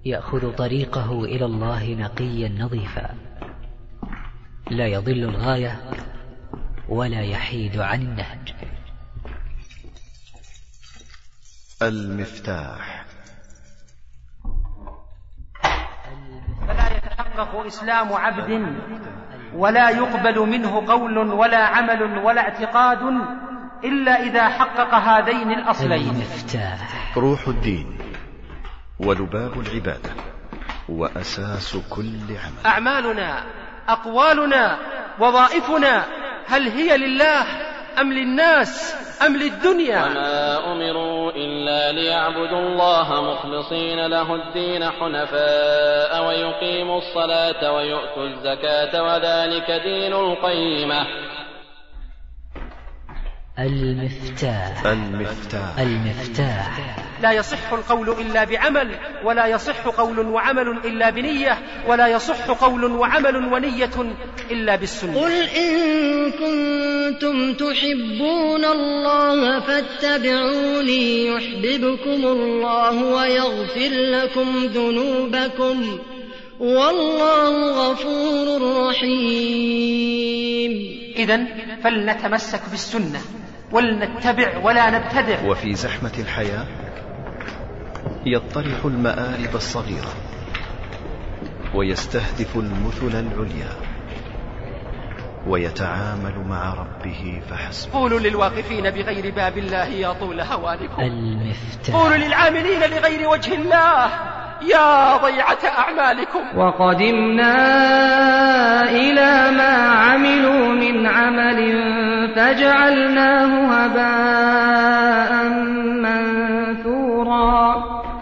يأخذ طريقه إلى الله نقيا نظيفا، لا يضل الغاية ولا يحيد عن النهج. المفتاح. فلا يتحقق إسلام عبد ولا يقبل منه قول ولا عمل ولا اعتقاد إلا إذا حقق هذين الأصلين. المفتاح روح الدين ولباب العبادة وأساس كل عمل. أعمالنا، أقوالنا، وظائفنا، هل هي لله أم للناس أم للدنيا؟ وما أمروا إلا ليعبدوا الله مخلصين له الدين حنفاء ويقيموا الصلاة ويؤتوا الزكاة وذلك دين القيمة. المفتاح. المفتاح. لا يصح القول إلا بعمل، ولا يصح قول وعمل إلا بنية، ولا يصح قول وعمل ونية إلا بالسنة. قل إن كنتم تحبون الله فاتبعوني يحببكم الله ويغفر لكم ذنوبكم والله غفور رحيم. إذن فلنتمسك بالسنة ولنتبع ولا نبتدع. وفي زحمة الحياة يطرح المآرب الصغيرة ويستهدف المثل العليا ويتعامل مع ربه فحسب. قولوا للواقفين بغير باب الله يا طول هوانكم. المفتاح. قولوا للعاملين لغير وجه الله يا ضيعة أعمالكم. وقدمنا إلى ما عملوا من عمل فجعلناه هباء منثورا.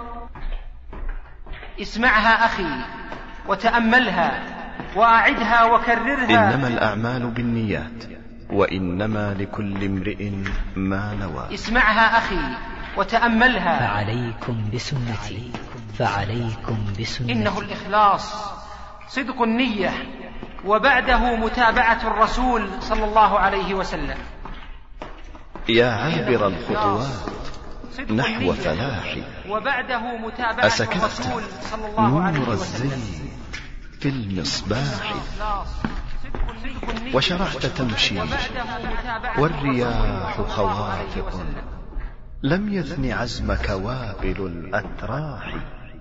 اسمعها أخي وتأملها وأعدها وكررها. إنما الأعمال بالنيات وإنما لكل امرئ ما نوى. اسمعها أخي وتأملها. فعليكم بسنتي إنه الإخلاص صدق النية وبعده متابعة الرسول صلى الله عليه وسلم. يا عابر الخطوات نحو فلاح وبعده متابعة الرسول صلى الله عليه نور وسلم. الزين في المصباح وشرعت تمشي والرياح خوافق لم يثن عزمك وابل الأتراح.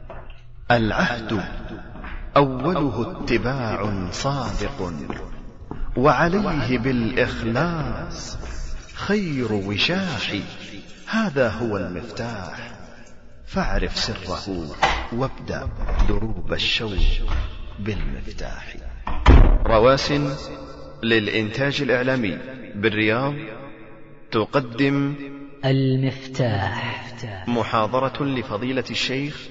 العهد أوله اتباع صادق وعليه بالإخلاص خير وشاح. هذا هو المفتاح فاعرف سره وابدأ دروب الشوق بالمفتاح. رواسن للإنتاج الإعلامي بالرياض تقدم المفتاح. محاضرة لفضيلة الشيخ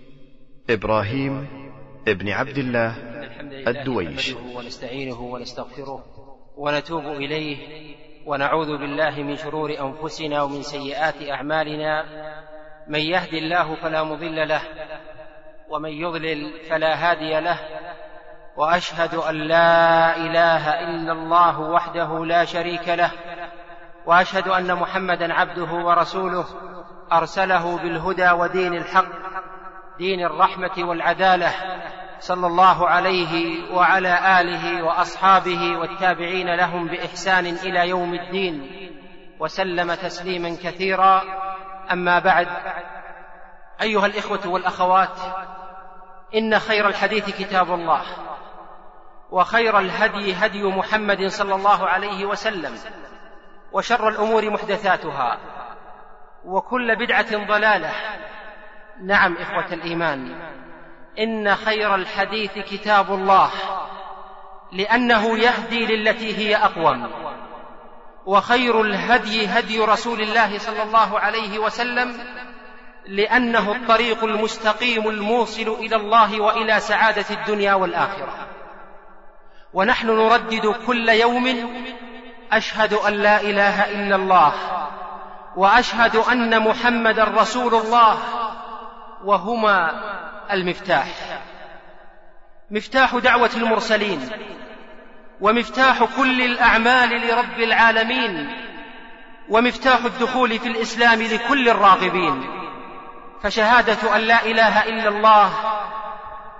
إبراهيم ابن عبد الله الدويش. ونستعينه ونستغفره ونتوب إليه ونعوذ بالله من شرور أنفسنا ومن سيئات أعمالنا. من يهد الله فلا مضل له ومن يضلل فلا هادي له. وأشهد أن لا إله إلا الله وحده لا شريك له، وأشهد أن محمدا عبده ورسوله أرسله بالهدى ودين الحق دين الرحمة والعدالة، صلى الله عليه وعلى آله وأصحابه والتابعين لهم بإحسان إلى يوم الدين وسلم تسليما كثيرا. أما بعد، أيها الإخوة والأخوات، إن خير الحديث كتاب الله، وخير الهدي هدي محمد صلى الله عليه وسلم، وشر الأمور محدثاتها، وكل بدعة ضلالة. نعم إخوة الإيمان، إن خير الحديث كتاب الله لأنه يهدي للتي هي أقوم، وخير الهدي هدي رسول الله صلى الله عليه وسلم لأنه الطريق المستقيم الموصل إلى الله وإلى سعادة الدنيا والآخرة. ونحن نردد كل يوم: أشهد أن لا إله إلا الله وأشهد أن محمد رسول الله، وهما المفتاح، مفتاح دعوة المرسلين، ومفتاح كل الأعمال لرب العالمين، ومفتاح الدخول في الإسلام لكل الراغبين. فشهادة أن لا إله إلا الله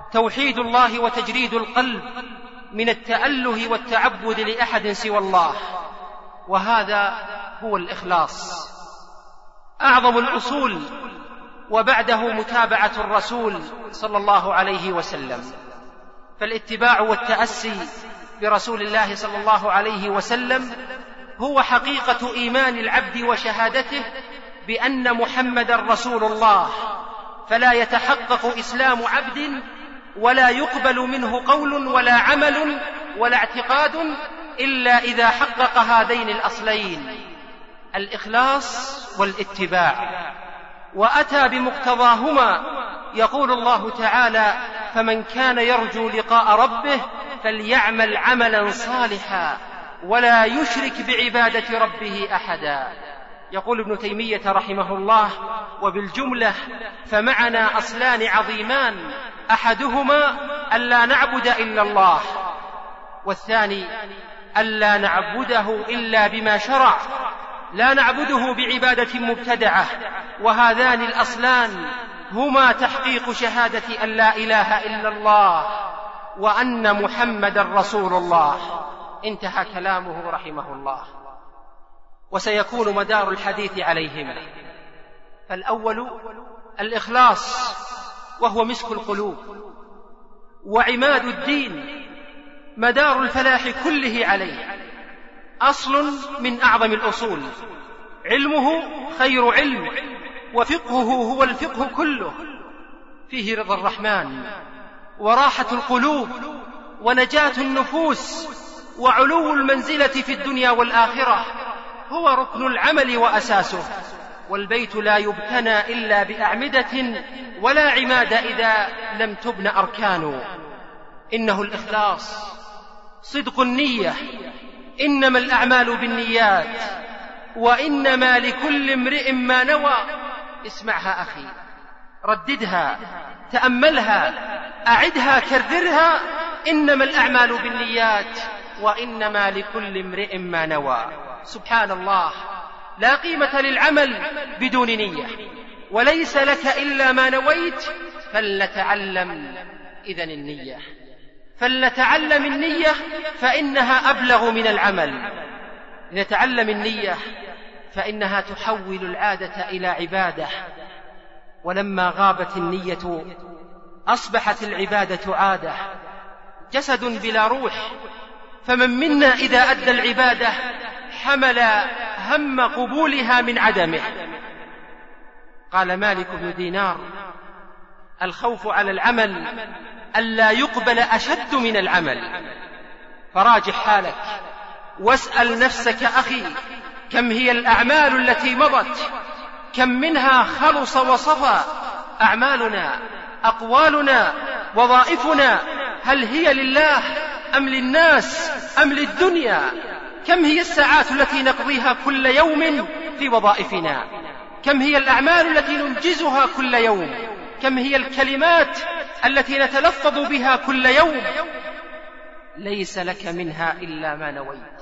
توحيد الله وتجريد القلب من التأله والتعبد لأحد سوى الله، وهذا هو الإخلاص. أعظم الأصول، وبعده متابعة الرسول صلى الله عليه وسلم. فالاتباع والتأسي برسول الله صلى الله عليه وسلم هو حقيقة إيمان العبد وشهادته بأن محمدا رسول الله، فلا يتحقق إسلام عبد ولا يقبل منه قول ولا عمل ولا اعتقاد إلا إذا حقق هذين الأصلين، الإخلاص والاتباع، وأتى بمقتضاهما. يقول الله تعالى: فمن كان يرجو لقاء ربه فليعمل عملا صالحا ولا يشرك بعبادة ربه أحدا. يقول ابن تيمية رحمه الله: وبالجملة فمعنا أصلان عظيمان، أحدهما ألا نعبد إلا الله، والثاني ألا نعبده إلا بما شرع، لا نعبده بعبادة مبتدعة. وهذان الأصلان هما تحقيق شهادة أن لا إله إلا الله وأن محمد رسول الله. انتهى كلامه رحمه الله، وسيكون مدار الحديث عليهما. فالأول الإخلاص، وهو مسك القلوب وعماد الدين، مدار الفلاح كله عليه، أصل من أعظم الأصول. علمه خير علم، وفقهه هو الفقه كله، فيه رضا الرحمن وراحة القلوب ونجاة النفوس وعلو المنزلة في الدنيا والآخرة، هو ركن العمل وأساسه. والبيت لا يبتنى إلا بأعمدة ولا عماد إذا لم تبن أركانه. إنه الإخلاص، صدق النية، إنما الأعمال بالنيات وإنما لكل امرئ ما نوى. اسمعها أخي، رددها، تأملها، أعدها، كررها. إنما الأعمال بالنيات وإنما لكل امرئ ما نوى. سبحان الله، لا قيمة للعمل بدون نية، وليس لك إلا ما نويت. فلنتعلم إذن النية، فلنتعلم النية، فإنها أبلغ من العمل. لنتعلم النية فإنها تحول العادة إلى عبادة، ولما غابت النية أصبحت العبادة عادة. جسد بلا روح، فمن منا إذا أدى العبادة حمل هم قبولها من عدمه. قال مالك بن دينار: الخوف على العمل ألا يقبل أشد من العمل. فراجع حالك واسأل نفسك أخي، كم هي الأعمال التي مضت؟ كم منها خلص وصفى؟ أعمالنا، أقوالنا، وظائفنا، هل هي لله أم للناس أم للدنيا؟ كم هي الساعات التي نقضيها كل يوم في وظائفنا؟ كم هي الأعمال التي ننجزها كل يوم؟ كم هي الكلمات التي نتلفظ بها كل يوم؟ ليس لك منها إلا ما نويت،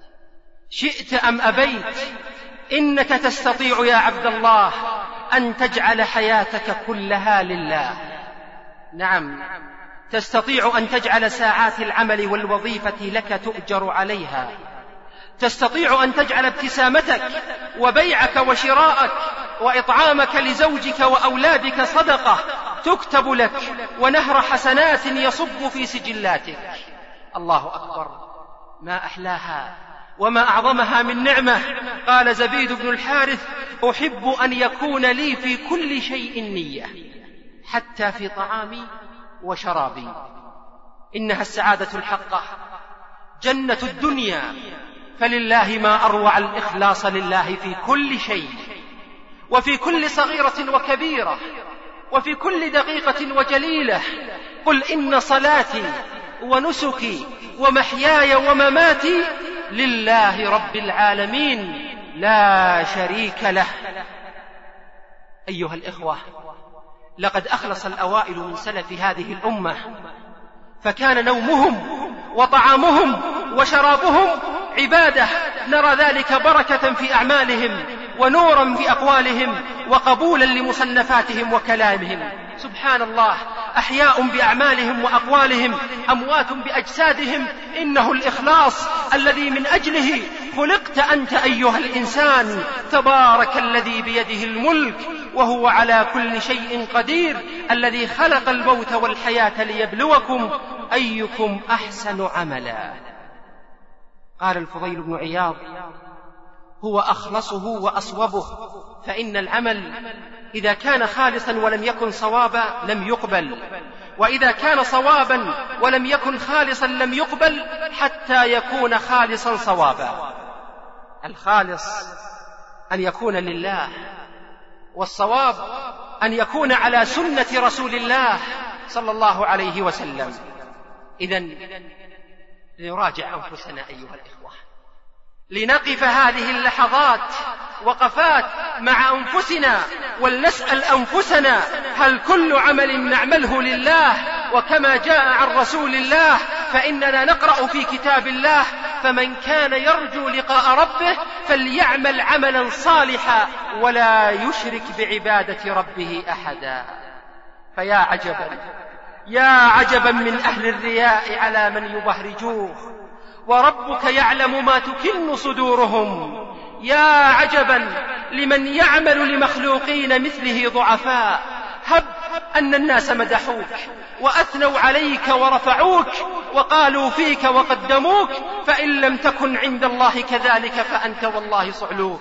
شئت أم أبيت. إنك تستطيع يا عبد الله أن تجعل حياتك كلها لله. نعم، تستطيع أن تجعل ساعات العمل والوظيفة لك تؤجر عليها. تستطيع أن تجعل ابتسامتك وبيعك وشراءك وإطعامك لزوجك وأولادك صدقة تكتب لك، ونهر حسنات يصب في سجلاتك. الله أكبر، ما أحلاها وما أعظمها من نعمة. قال زبيد بن الحارث: أحب أن يكون لي في كل شيء نية، حتى في طعامي وشرابي. إنها السعادة الحقة، جنة الدنيا. فلله ما أروع الإخلاص لله في كل شيء، وفي كل صغيرة وكبيرة، وفي كل دقيقة وجليلة. قل إن صلاتي ونسكي ومحياي ومماتي لله رب العالمين لا شريك له. أيها الإخوة، لقد أخلص الأوائل من سلف هذه الأمة، فكان نومهم وطعامهم وشرابهم عبادة، نرى ذلك بركة في أعمالهم. ونورا في أقوالهم وقبولا لمصنفاتهم وكلامهم. سبحان الله، أحياء بأعمالهم وأقوالهم، أموات بأجسادهم. إنه الإخلاص الذي من أجله خلقت أنت أيها الإنسان. تبارك الذي بيده الملك وهو على كل شيء قدير، الذي خلق الموت والحياة ليبلوكم أيكم أحسن عملا. قال الفضيل بن عياض: هو أخلصه وأصوبه، فإن العمل إذا كان خالصا ولم يكن صوابا لم يقبل، وإذا كان صوابا ولم يكن خالصا لم يقبل حتى يكون خالصا صوابا. الخالص أن يكون لله، والصواب أن يكون على سنة رسول الله صلى الله عليه وسلم. إذن لنراجع أنفسنا أيها الإخوة، لنقف هذه اللحظات وقفات مع أنفسنا ولنسأل أنفسنا: هل كل عمل نعمله لله وكما جاء عن رسول الله؟ فإننا نقرأ في كتاب الله: فمن كان يرجو لقاء ربه فليعمل عملا صالحا ولا يشرك بعبادة ربه أحدا. فيا عجبا، يا عجبا من أهل الرياء على من يبهرجوه، وربك يعلم ما تكن صدورهم. يا عجبا لمن يعمل لمخلوقين مثله ضعفاء. هب أن الناس مدحوك وأثنوا عليك ورفعوك وقالوا فيك وقدموك، فإن لم تكن عند الله كذلك فأنت والله صعلوك.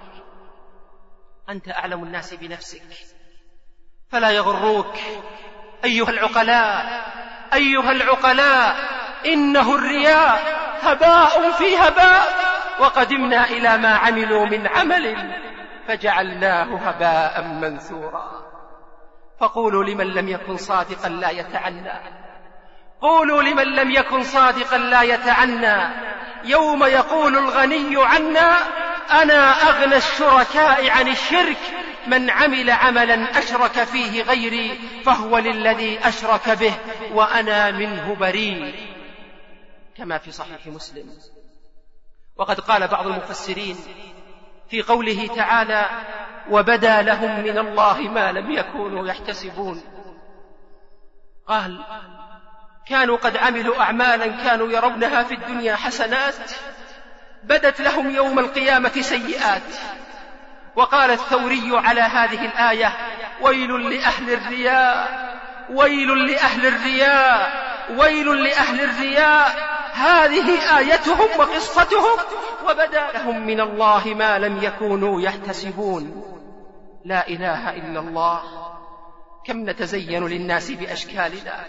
أنت أعلم الناس بنفسك، فلا يغروك أيها العقلاء، أيها العقلاء. إنه الرياء هباء في هباء، وقدمنا إلى ما عملوا من عمل فجعلناه هباء منثورا. فقولوا لمن لم يكن صادقا لا يتعنى، قولوا لمن لم يكن صادقا لا يتعنى. يوم يقول الغني عنا: أنا أغنى الشركاء عن الشرك، من عمل عملا أشرك فيه غيري فهو للذي أشرك به وأنا منه بريء، كما في صحيح مسلم. وقد قال بعض المفسرين في قوله تعالى: وبدا لهم من الله ما لم يكونوا يحتسبون، قال: كانوا قد عملوا أعمالا كانوا يرونها في الدنيا حسنات، بدت لهم يوم القيامة سيئات. وقال الثوري على هذه الآية: ويل لأهل الرياء، ويل لأهل الرياء، ويل لأهل الرياء. هذه آيتهم وقصتهم، وبدا لهم من الله ما لم يكونوا يحتسبون. لا إله إلا الله. كم نتزين للناس بأشكالنا،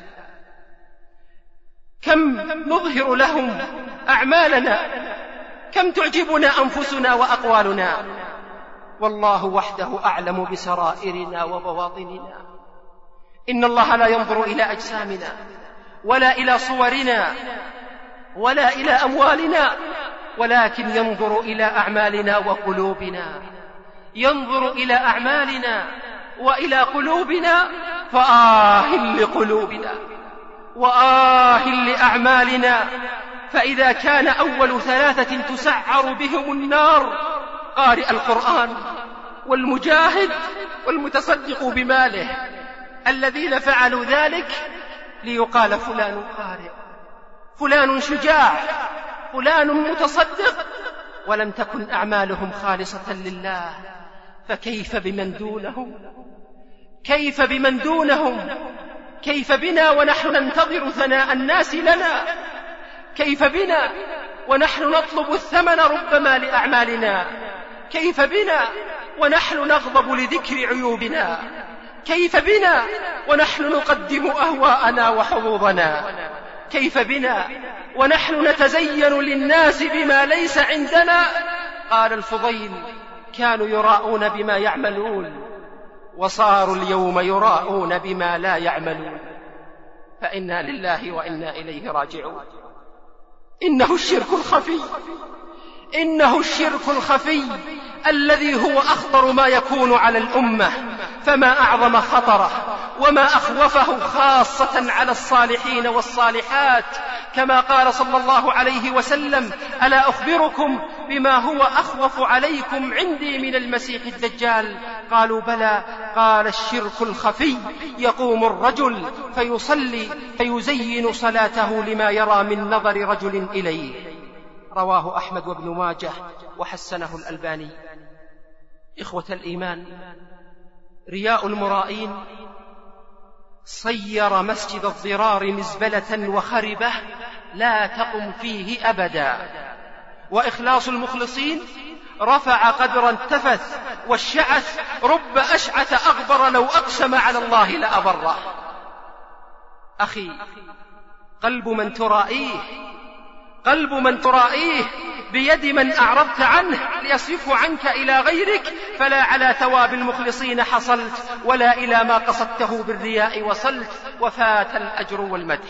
كم نظهر لهم أعمالنا، كم تعجبنا أنفسنا وأقوالنا، والله وحده أعلم بسرائرنا وبواطننا. إن الله لا ينظر إلى أجسامنا ولا إلى صورنا ولا إلى أموالنا، ولكن ينظر إلى أعمالنا وقلوبنا، ينظر إلى أعمالنا وإلى قلوبنا. فآه لقلوبنا وآه لأعمالنا. فإذا كان أول 3 تسعر بهم النار: قارئ القرآن والمجاهد والمتصدق بماله، الذين فعلوا ذلك ليقال فلان قارئ، فلان شجاع، فلان متصدق، ولم تكن أعمالهم خالصة لله. فكيف بمن دونهم؟ كيف بمن دونهم؟ كيف بنا ونحن ننتظر ثناء الناس لنا؟ كيف بنا ونحن نطلب الثمن ربما لأعمالنا؟ كيف بنا ونحن نغضب لذكر عيوبنا؟ كيف بنا ونحن نقدم أهواءنا وحظوظنا؟ كيف بنا ونحن نتزين للناس بما ليس عندنا؟ قال الفضيل: كانوا يراءون بما يعملون، وصاروا اليوم يراءون بما لا يعملون. فإنا لله وإنا إليه راجعون. إنه الشرك الخفي، إنه الشرك الخفي الذي هو أخطر ما يكون على الأمة. فما أعظم خطره وما أخوفه، خاصة على الصالحين والصالحات، كما قال صلى الله عليه وسلم: ألا أخبركم بما هو أخوف عليكم عندي من المسيح الدجال؟ قالوا بلى. قال الشرك الخفي، يقوم الرجل فيصلي فيزين صلاته لما يرى من نظر رجل إليه. رواه أحمد وابن ماجه وحسنه الألباني. إخوة الإيمان، رياء المرائين صير مسجد الضرار مزبلة وخربة لا تقم فيه أبدا، وإخلاص المخلصين رفع قدر التفث والشعث رب أشعث أغبر لو أقسم على الله لأبره. أخي، قلب من ترائيه بيد من أعرضت عنه ليصرفه عنك إلى غيرك، فلا على ثواب المخلصين حصلت، ولا إلى ما قصدته بالرياء وصلت، وفات الأجر والمدح.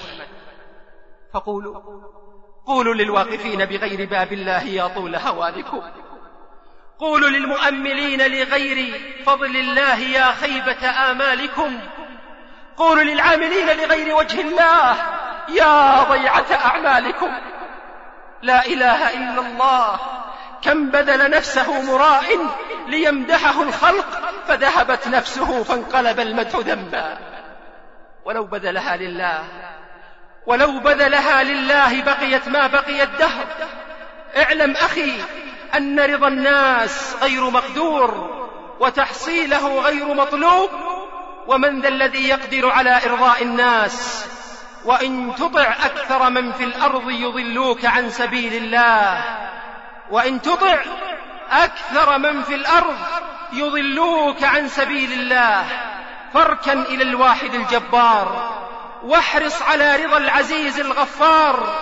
قولوا للواقفين بغير باب الله يا طول هوانكم، قولوا للمؤملين لغير فضل الله يا خيبة آمالكم، قولوا للعاملين لغير وجه الله يا ضيعة أعمالكم. لا إله إلا الله، كم بذل نفسه مراء ليمدحه الخلق فذهبت نفسه فانقلب المدح ذنبا. ولو بذلها لله بقيت ما بقي الدهر. اعلم أخي أن رضا الناس غير مقدور، وتحصيله غير مطلوب، ومن ذا الذي يقدر على إرضاء الناس؟ وإن تطع أكثر من في الأرض يضلوك عن سبيل الله، وإن تطع أكثر من في الأرض يضلوك عن سبيل الله، فاركن إلى الواحد الجبار، واحرص على رضا العزيز الغفار.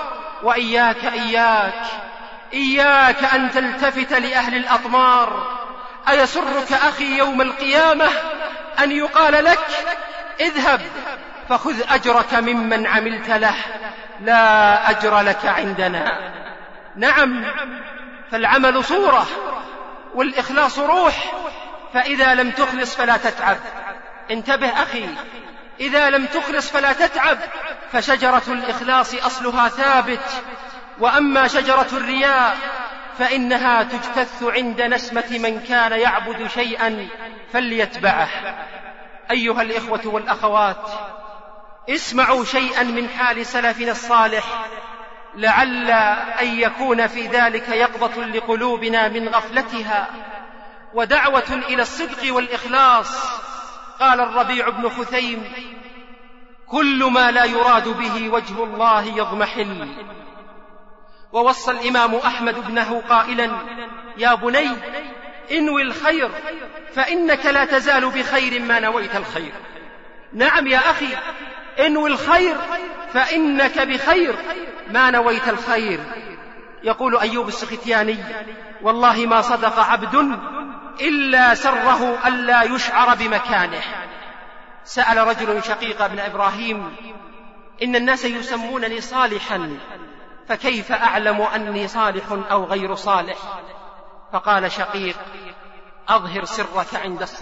وإياك أن تلتفت لأهل الأطمار. أيسرك أخي يوم القيامة أن يقال لك اذهب فخذ أجرك ممن عملت له، لا أجر لك عندنا؟ نعم، فالعمل صورة والإخلاص روح، فإذا لم تخلص فلا تتعب. انتبه أخي، إذا لم تخلص فلا تتعب، فشجرة الإخلاص أصلها ثابت، وأما شجرة الرياء فإنها تجتث عند نسمة من كان يعبد شيئا فليتبعه. أيها الإخوة والأخوات، اسمعوا شيئا من حال سلفنا الصالح، لعل أن يكون في ذلك يقظة لقلوبنا من غفلتها ودعوة إلى الصدق والإخلاص. قال الربيع بن خثيم: كل ما لا يراد به وجه الله يضمحل. ووصى الإمام أحمد ابنه قائلا: يا بني انوي الخير فإنك لا تزال بخير ما نويت الخير. نعم يا أخي، انوي الخير فإنك بخير ما نويت الخير. يقول أيوب السختياني: والله ما صدق عبد إلا سره ألا يشعر بمكانه. سأل رجل شقيق بن إبراهيم: إن الناس يسمونني صالحا، فكيف أعلم أني صالح أو غير صالح؟ فقال شقيق: أظهر سرك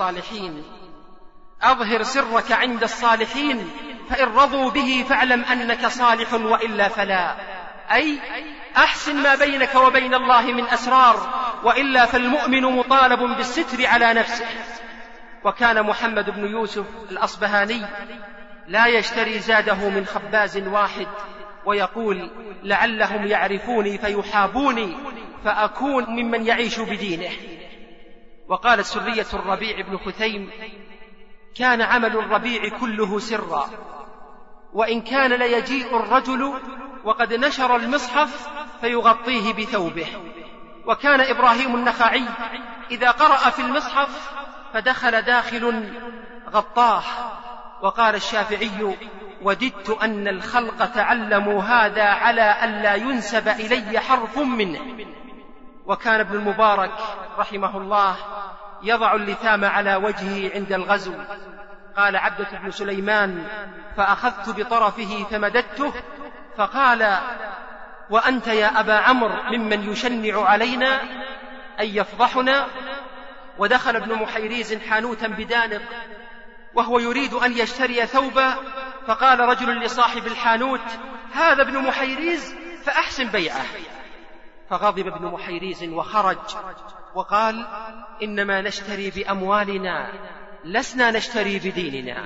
عند الصالحين، فإن رضوا به فاعلم أنك صالح، وإلا فلا. أي أحسن ما بينك وبين الله من أسرار، وإلا فالمؤمن مطالب بالستر على نفسه. وكان محمد بن يوسف الأصبهاني لا يشتري زاده من خباز واحد، ويقول: لعلهم يعرفوني فيحابوني فأكون ممن يعيش بدينه. وقال السرية الربيع بن خثيم: كان عمل الربيع كله سرا، وإن كان ليجيء الرجل وقد نشر المصحف فيغطيه بثوبه. وكان إبراهيم النخعي إذا قرأ في المصحف فدخل داخل غطاه. وقال الشافعي: وددت أن الخلق تعلموا هذا على أن لا ينسب إلي حرف منه. وكان ابن المبارك رحمه الله يضع اللثام على وجهه عند الغزو. قال عبدة بن سليمان: فأخذت بطرفه فمددته، فقال: وأنت يا أبا عمرو ممن يشنع علينا أن يفضحنا؟ ودخل ابن محيريز حانوتا بدانق وهو يريد أن يشتري ثوبا، فقال رجل لصاحب الحانوت: هذا ابن محيريز فأحسن بيعه. فغضب ابن محيريز وخرج وقال: إنما نشتري بأموالنا، لسنا نشتري بديننا.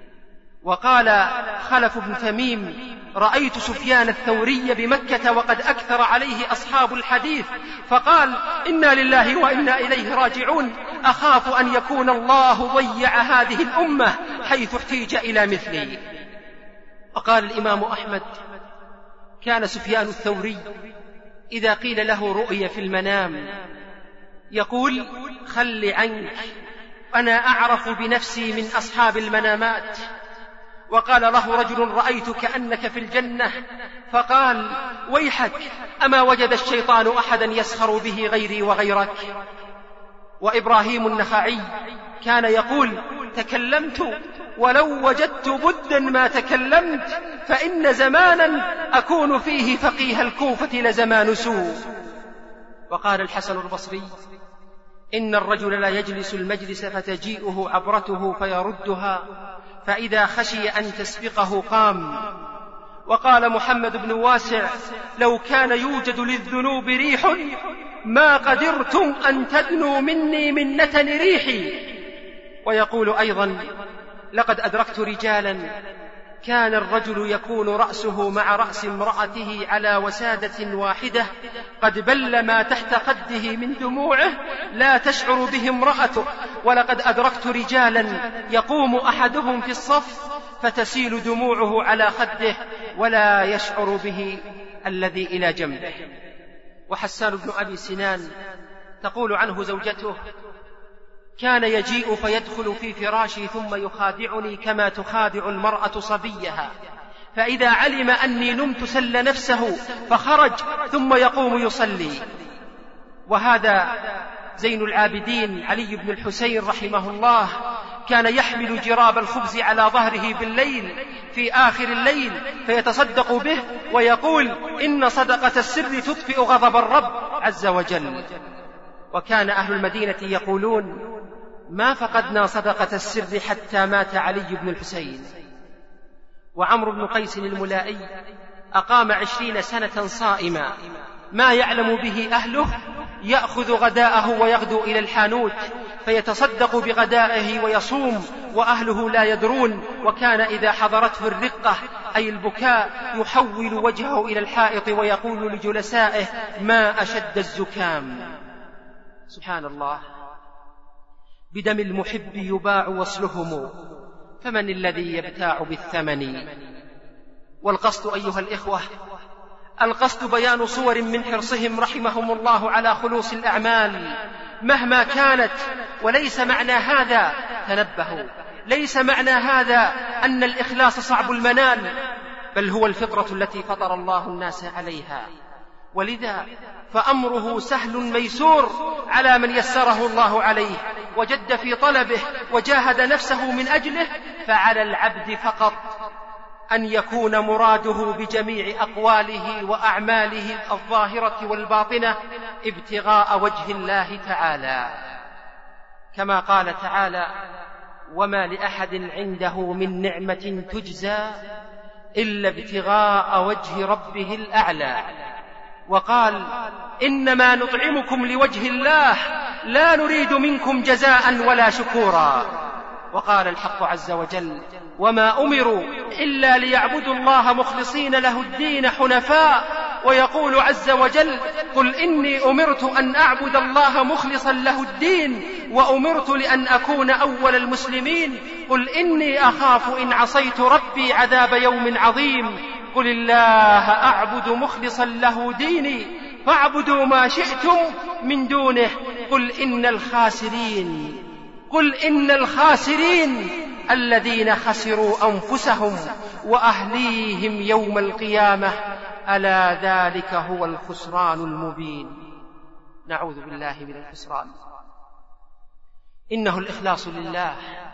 وقال خلف بن تميم: رأيت سفيان الثوري بمكة وقد أكثر عليه أصحاب الحديث، فقال: إنا لله وإنا إليه راجعون، أخاف أن يكون الله ضيع هذه الأمة حيث احتيج إلى مثلي. وقال الإمام أحمد: كان سفيان الثوري إذا قيل له رؤيا في المنام يقول: خل عنك، أنا أعرف بنفسي من أصحاب المنامات. وقال له رجل: رأيت كأنك في الجنة، فقال: ويحك، أما وجد الشيطان أحدا يسخر به غيري وغيرك؟ وإبراهيم النخعي كان يقول: تكلمت ولو وجدت بدا ما تكلمت، فإن زمانا أكون فيه فقيه الكوفة لزمان سوء. وقال الحسن البصري: إن الرجل لا يجلس المجلس فتجيئه عبرته فيردها، فإذا خشي أن تسبقه قام. وقال محمد بن واسع: لو كان يوجد للذنوب ريح ما قدرتم أن تدنوا مني من نتن ريحي. ويقول أيضا: لقد أدركت رجالا كان الرجل يكون رأسه مع رأس امرأته على وسادة واحدة، قد بل ما تحت خده من دموعه لا تشعر به امرأته. ولقد أدركت رجالا يقوم أحدهم في الصف فتسيل دموعه على خده ولا يشعر به الذي إلى جنبه. وحسان بن أبي سنان تقول عنه زوجته: كان يجيء فيدخل في فراشي ثم يخادعني كما تخادع المرأة صبيها، فإذا علم أني نمت سل نفسه فخرج ثم يقوم يصلي. وهذا زين العابدين علي بن الحسين رحمه الله كان يحمل جراب الخبز على ظهره بالليل في آخر الليل فيتصدق به ويقول: إن صدقة السر تطفئ غضب الرب عز وجل. وكان أهل المدينة يقولون: ما فقدنا صدقة السر حتى مات علي بن الحسين. وعمرو بن قيس الملائي أقام 20 سنة صائما ما يعلم به أهله، يأخذ غداءه ويغدو إلى الحانوت فيتصدق بغدائه ويصوم وأهله لا يدرون. وكان إذا حضرته الرقة أي البكاء يحول وجهه إلى الحائط ويقول لجلسائه: ما أشد الزكام. سبحان الله. بدم المحب يباع وصلهم، فمن الذي يبتاع بالثمن؟ والقصد أيها الإخوة، القصد بيان صور من حرصهم رحمهم الله على خلوص الأعمال مهما كانت. وليس معنى هذا، تنبهوا، ليس معنى هذا أن الإخلاص صعب المنال، بل هو الفطرة التي فطر الله الناس عليها. ولذا فأمره سهل ميسور على من يسره الله عليه وجد في طلبه وجاهد نفسه من أجله. فعلى العبد فقط أن يكون مراده بجميع أقواله وأعماله الظاهرة والباطنة ابتغاء وجه الله تعالى، كما قال تعالى: وما لأحد عنده من نعمة تجزى إلا ابتغاء وجه ربه الأعلى. وقال: إنما نطعمكم لوجه الله لا نريد منكم جزاء ولا شكورا. وقال الحق عز وجل: وما أمروا إلا ليعبدوا الله مخلصين له الدين حنفاء. ويقول عز وجل: قل إني أمرت أن أعبد الله مخلصا له الدين وأمرت لأن أكون أول المسلمين. قل إني أخاف إن عصيت ربي عذاب يوم عظيم. قل الله أعبد مخلصا له ديني فاعبدوا ما شئتم من دونه. قل إن الخاسرين الذين خسروا أنفسهم وأهليهم يوم القيامة ألا ذلك هو الخسران المبين. نعوذ بالله من الخسران. إنه الإخلاص لله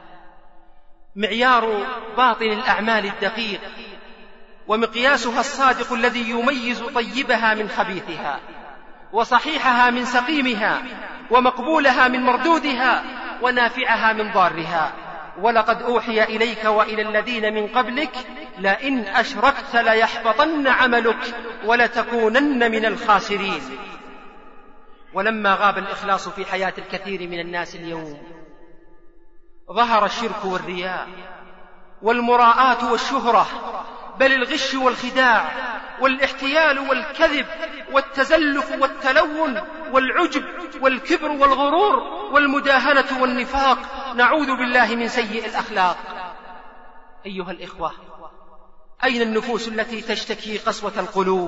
معيار باطن الأعمال الدقيق، ومقياسها الصادق الذي يميز طيبها من خبيثها، وصحيحها من سقيمها، ومقبولها من مردودها، ونافعها من ضارها. ولقد أوحي إليك وإلى الذين من قبلك لئن أشركت ليحبطن عملك ولتكونن من الخاسرين. ولما غاب الإخلاص في حياة الكثير من الناس اليوم ظهر الشرك والرياء والمراءة والشهرة، بل الغش والخداع والاحتيال والكذب والتزلف والتلون والعجب والكبر والغرور والمداهنة والنفاق، نعوذ بالله من سيء الأخلاق. أيها الإخوة، أين النفوس التي تشتكي قسوة القلوب؟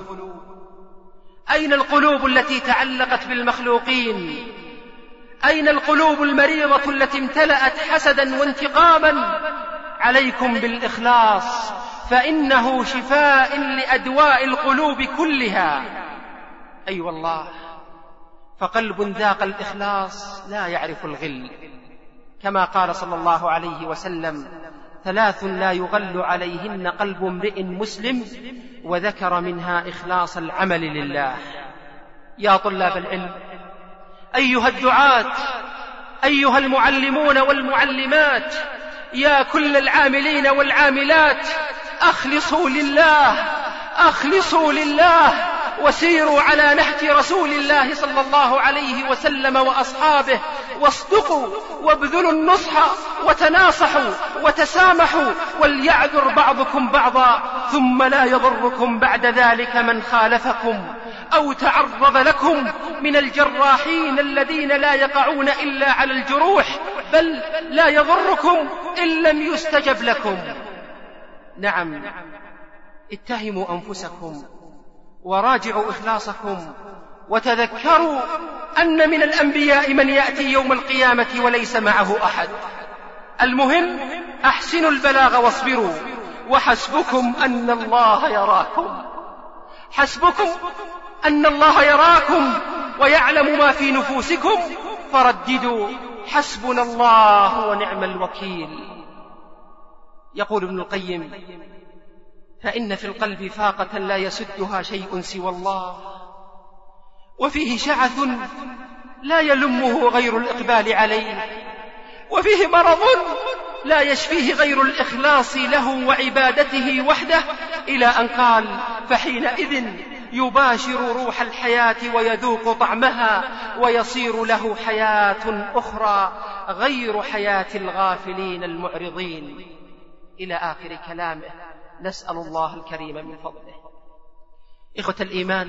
أين القلوب التي تعلقت بالمخلوقين؟ أين القلوب المريضة التي امتلأت حسدا وانتقاما؟ عليكم بالإخلاص، فإنه شفاء لأدواء القلوب كلها. أي والله، فقلب ذاق الإخلاص لا يعرف الغل، كما قال صلى الله عليه وسلم: 3 لا يغل عليهن قلب امرئ مسلم، وذكر منها إخلاص العمل لله. يا طلاب العلم، أيها الدعاة، أيها المعلمون والمعلمات، يا كل العاملين والعاملات، أخلصوا لله، أخلصوا لله، وسيروا على نهج رسول الله صلى الله عليه وسلم وأصحابه، واصدقوا وابذلوا النصح وتناصحوا وتسامحوا، وليعذر بعضكم بعضا، ثم لا يضركم بعد ذلك من خالفكم أو تعرض لكم من الجراحين الذين لا يقعون إلا على الجروح، بل لا يضركم إن لم يستجب لكم. نعم، اتهموا أنفسكم وراجعوا إخلاصكم، وتذكروا أن من الأنبياء من يأتي يوم القيامة وليس معه أحد. المهم أحسنوا البلاغ واصبروا، وحسبكم أن الله يراكم، حسبكم أن الله يراكم ويعلم ما في نفوسكم، فرددوا حسبنا الله ونعم الوكيل. يقول ابن القيم: فإن في القلب فاقة لا يسدها شيء سوى الله، وفيه شعث لا يلمه غير الإقبال عليه، وفيه مرض لا يشفيه غير الإخلاص له وعبادته وحده، إلى أن قال: فحينئذ يباشر روح الحياة ويذوق طعمها، ويصير له حياة أخرى غير حياة الغافلين المعرضين، إلى آخر كلامه. نسأل الله الكريم من فضله. إخوة الإيمان،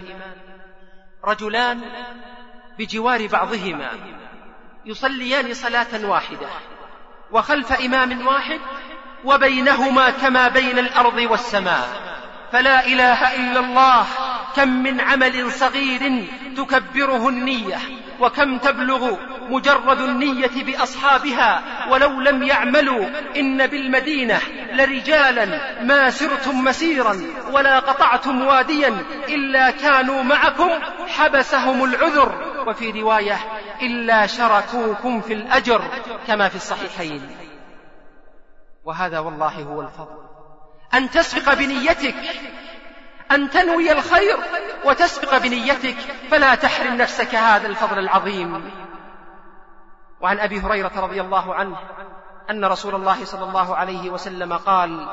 رجلان بجوار بعضهما يصليان صلاة واحدة وخلف إمام واحد، وبينهما كما بين الأرض والسماء، فلا إله إلا الله، كم من عمل صغير تكبره النية، وكم تبلغ مجرد النية بأصحابها ولو لم يعملوا. إن بالمدينة لرجالا ما سرتم مسيرا ولا قطعتم واديا إلا كانوا معكم حبسهم العذر، وفي رواية إلا شركوكم في الأجر، كما في الصحيحين. وهذا والله هو الفضل، أن تسبق بنيتك، أن تنوي الخير وتسبق بنيتك، فلا تحرم نفسك هذا الفضل العظيم. وعن أبي هريرة رضي الله عنه أن رسول الله صلى الله عليه وسلم قال: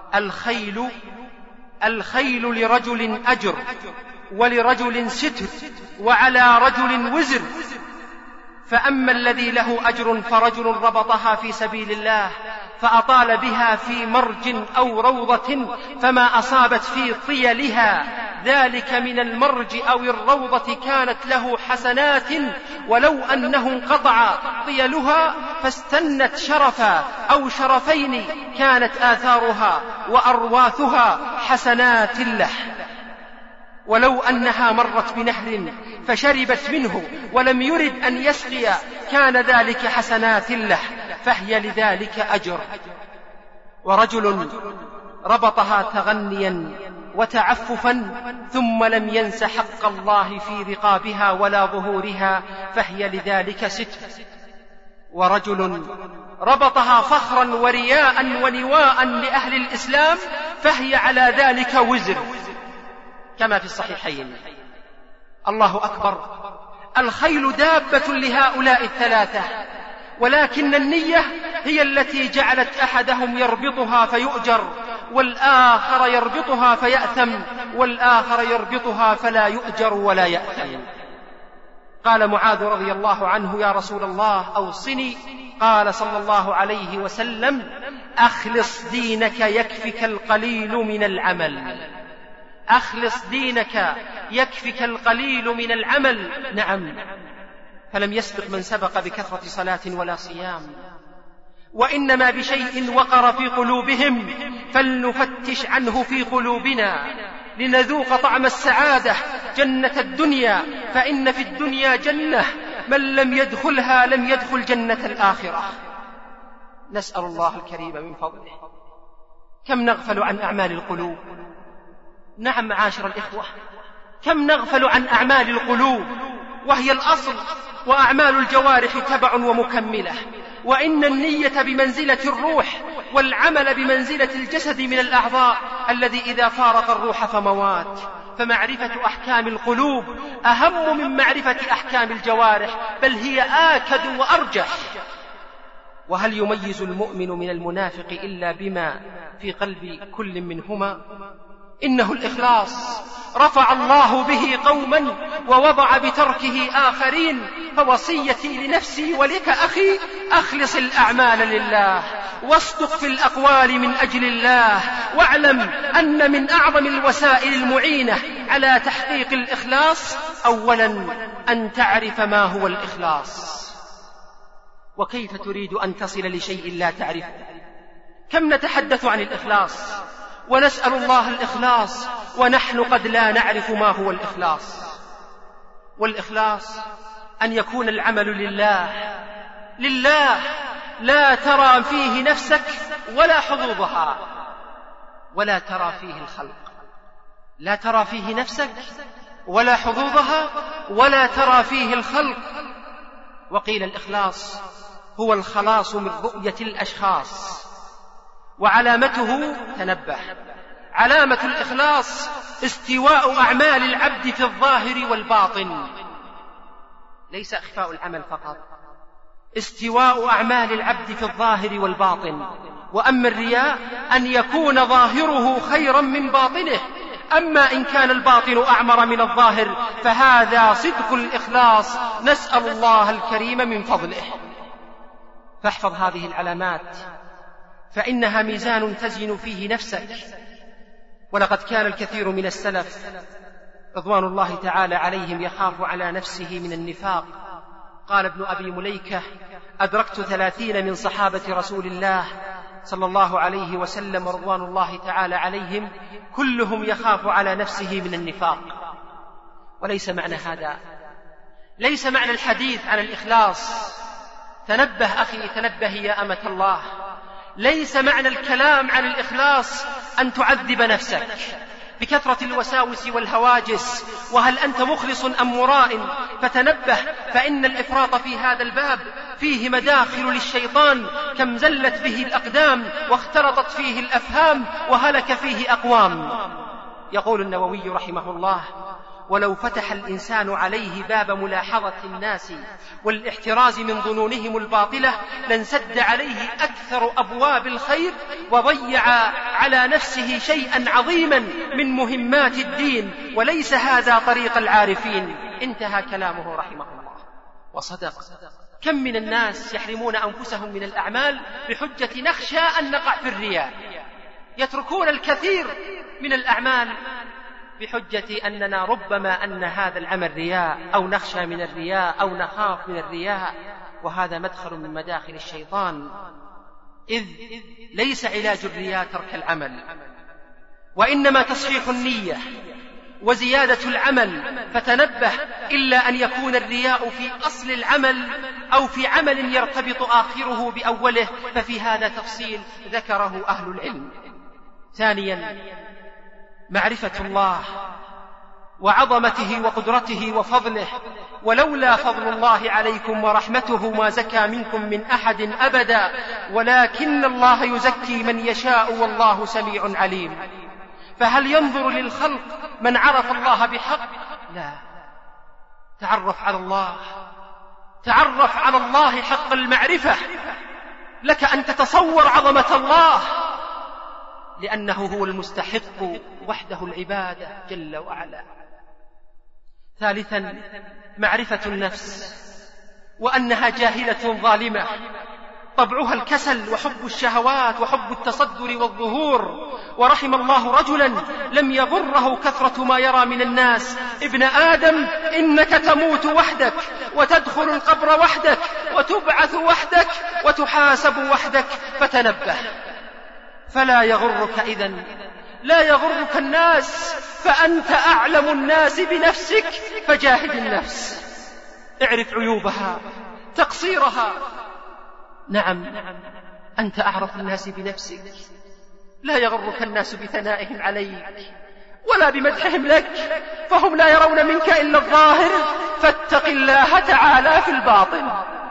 الخيل لرجل أجر، ولرجل ستر، وعلى رجل وزر، فأما الذي له أجر فرجل ربطها في سبيل الله فأطال بها في مرج أو روضة فما أصابت في طيلها، ذلك من المرج أو الروضة كانت له حسنات، ولو أنه انقطع طيلها فاستنت شرفا أو شرفين كانت آثارها وأرواثها حسنات له. ولو أنها مرت بنهر فشربت منه ولم يرد أن يسقي كان ذلك حسنات له، فهي لذلك أجر. ورجل ربطها تغنيا وتعففا ثم لم ينس حق الله في رقابها ولا ظهورها، فهي لذلك ستر. ورجل ربطها فخرا ورياء ونواء لأهل الإسلام، فهي على ذلك وزر، كما في الصحيحين. الله أكبر، الخيل دابة لهؤلاء الثلاثة، ولكن النية هي التي جعلت أحدهم يربطها فيؤجر، والآخر يربطها فيأثم، والآخر يربطها فلا يؤجر ولا يأثم. قال معاذ رضي الله عنه: يا رسول الله أوصني. قال صلى الله عليه وسلم: أخلص دينك يكفك القليل من العمل. أخلص دينك يكفك القليل من العمل. نعم، فلم يسبق من سبق بكثرة صلاة ولا صيام، وإنما بشيء وقر في قلوبهم فلنفتش عنه في قلوبنا لنذوق طعم السعادة جنة الدنيا، فإن في الدنيا جنة من لم يدخلها لم يدخل جنة الآخرة. نسأل الله الكريم من فضله. كم نغفل عن أعمال القلوب. نعم معاشر الإخوة، كم نغفل عن أعمال القلوب وهي الأصل، وأعمال الجوارح تبع ومكملة. وإن النية بمنزلة الروح، والعمل بمنزلة الجسد من الأعضاء الذي إذا فارق الروح فموات. فمعرفة أحكام القلوب أهم من معرفة أحكام الجوارح، بل هي آكد وأرجح. وهل يميز المؤمن من المنافق إلا بما في قلب كل منهما؟ إنه الإخلاص، رفع الله به قوما ووضع بتركه آخرين. فوصيتي لنفسي ولك أخي: أخلص الأعمال لله، واصدق في الأقوال من أجل الله، واعلم أن من أعظم الوسائل المعينة على تحقيق الإخلاص أولا أن تعرف ما هو الإخلاص. وكيف تريد أن تصل لشيء لا تعرفه؟ كم نتحدث عن الإخلاص ونسأل الله الإخلاص ونحن قد لا نعرف ما هو الإخلاص. والإخلاص أن يكون العمل لله، لله، لا ترى فيه نفسك ولا حظوظها، ولا ترى فيه الخلق، لا ترى فيه نفسك ولا حظوظها، ولا ترى فيه الخلق. وقيل الإخلاص هو الخلاص من رؤية الأشخاص. وعلامته، تنبه، علامة الإخلاص استواء أعمال العبد في الظاهر والباطن، ليس إخفاء العمل فقط، استواء أعمال العبد في الظاهر والباطن. وأما الرياء أن يكون ظاهره خيرا من باطنه، أما إن كان الباطن أعمر من الظاهر فهذا صدق الإخلاص، نسأل الله الكريم من فضله. فاحفظ هذه العلامات فإنها ميزان تزن فيه نفسك. ولقد كان الكثير من السلف رضوان الله تعالى عليهم يخاف على نفسه من النفاق. قال ابن أبي مليكة: أدركت 30 من صحابة رسول الله صلى الله عليه وسلم رضوان الله تعالى عليهم كلهم يخاف على نفسه من النفاق. وليس معنى هذا، ليس معنى الحديث عن الإخلاص، تنبه أخي، تنبه يا أمة الله، ليس معنى الكلام عن الإخلاص أن تعذب نفسك بكثرة الوساوس والهواجس، وهل أنت مخلص أم مراء؟ فتنبه، فإن الإفراط في هذا الباب فيه مداخل للشيطان كم زلت به الأقدام واختلطت فيه الأفهام وهلك فيه أقوام. يقول النووي رحمه الله: ولو فتح الإنسان عليه باب ملاحظة الناس والاحتراز من ظنونهم الباطلة لانسد عليه أكثر أبواب الخير وضيع على نفسه شيئا عظيما من مهمات الدين، وليس هذا طريق العارفين. انتهى كلامه رحمه الله وصدق. كم من الناس يحرمون أنفسهم من الأعمال بحجة نخشى أن نقع في الرياء، يتركون الكثير من الأعمال بحجة أننا ربما أن هذا العمل رياء، أو نخشى من الرياء، أو نخاف من الرياء، وهذا مدخل من مداخل الشيطان. إذ ليس علاج الرياء ترك العمل، وإنما تصحيح النية وزيادة العمل. فتنبه، إلا أن يكون الرياء في أصل العمل أو في عمل يرتبط آخره بأوله، ففي هذا تفصيل ذكره أهل العلم. ثانيا، معرفة الله وعظمته وقدرته وفضله. ولولا فضل الله عليكم ورحمته ما زكى منكم من أحد أبدا، ولكن الله يزكي من يشاء والله سميع عليم. فهل ينظر للخلق من عرف الله بحق؟ لا. تعرف على الله، تعرف على الله حق المعرفة. لك أن تتصور عظمة الله، لأنه هو المستحق وحده العبادة جل وعلا. ثالثا معرفة النفس وأنها جاهلة ظالمة، طبعها الكسل وحب الشهوات وحب التصدر والظهور. ورحم الله رجلا لم يغره كثرة ما يرى من الناس. ابن آدم إنك تموت وحدك وتدخل القبر وحدك وتبعث وحدك وتحاسب وحدك، فتنبه. فلا يغرك إذن، لا يغرك الناس، فأنت أعلم الناس بنفسك، فجاهد النفس، اعرف عيوبها تقصيرها. نعم أنت أعرف الناس بنفسك، لا يغرك الناس بثنائهم عليك ولا بمدحهم لك، فهم لا يرون منك إلا الظاهر، فاتق الله تعالى في الباطن.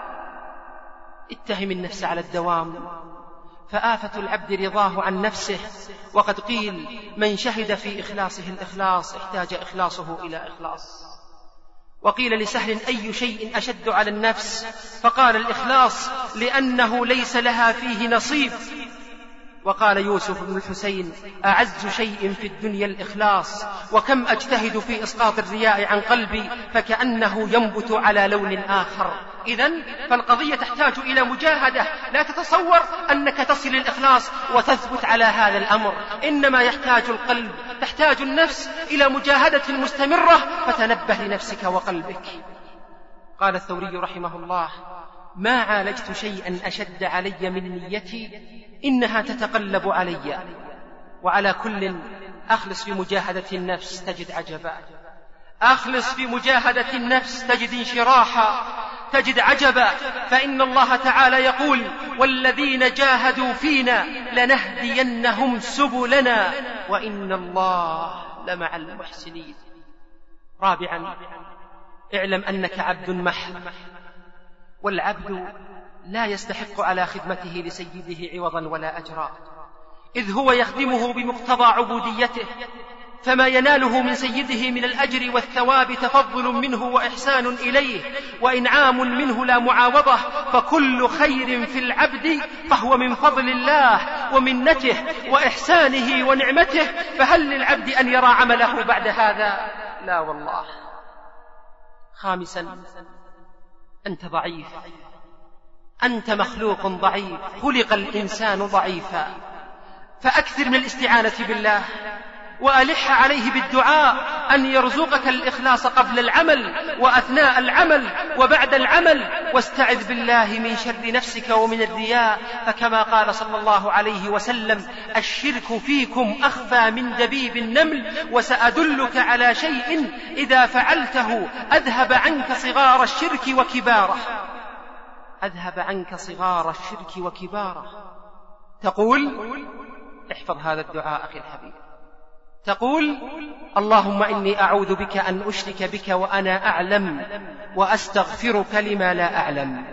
اتهم النفس على الدوام، فآفة العبد رضاه عن نفسه. وقد قيل من شهد في إخلاصه الإخلاص احتاج إخلاصه إلى إخلاص. وقيل لسهل أي شيء أشد على النفس؟ فقال الإخلاص، لأنه ليس لها فيه نصيب. وقال يوسف بن الحسين أعز شيء في الدنيا الإخلاص، وكم أجتهد في إسقاط الرياء عن قلبي فكأنه ينبت على لون آخر. إذن فالقضية تحتاج إلى مجاهدة، لا تتصور أنك تصل الإخلاص وتثبت على هذا الأمر، إنما يحتاج القلب، تحتاج النفس إلى مجاهدة مستمرة، فتنبه لنفسك وقلبك. قال الثوري رحمه الله ما عالجت شيئا أشد علي من نيتي، إنها تتقلب علي. وعلى كل أخلص في مجاهدة النفس تجد عجبا، أخلص في مجاهدة النفس تجد انشراحا، تجد عجبا. فإن الله تعالى يقول والذين جاهدوا فينا لنهدينهم سبلنا وإن الله لمع المحسنين. رابعا اعلم أنك عبد محض، والعبد لا يستحق على خدمته لسيده عوضا ولا أجرا، إذ هو يخدمه بمقتضى عبوديته، فما يناله من سيده من الأجر والثواب تفضل منه وإحسان إليه وإنعام منه لا معاوضة، فكل خير في العبد فهو من فضل الله ومنته وإحسانه ونعمته، فهل للعبد أن يرى عمله بعد هذا؟ لا والله. خامسا أنت ضعيف، أنت مخلوق ضعيف، خلق الإنسان ضعيفا، فأكثر من الاستعانة بالله وألح عليه بالدعاء أن يرزقك الإخلاص قبل العمل وأثناء العمل وبعد العمل، واستعذ بالله من شر نفسك ومن الرياء، فكما قال صلى الله عليه وسلم الشرك فيكم أخفى من دبيب النمل، وسأدلك على شيء إذا فعلته أذهب عنك صغار الشرك وكباره، أذهب عنك صغار الشرك وكباره. تقول احفظ هذا الدعاء أخي الحبيب، تقول اللهم إني أعوذ بك أن أشرك بك وأنا أعلم وأستغفرك لما لا أعلم.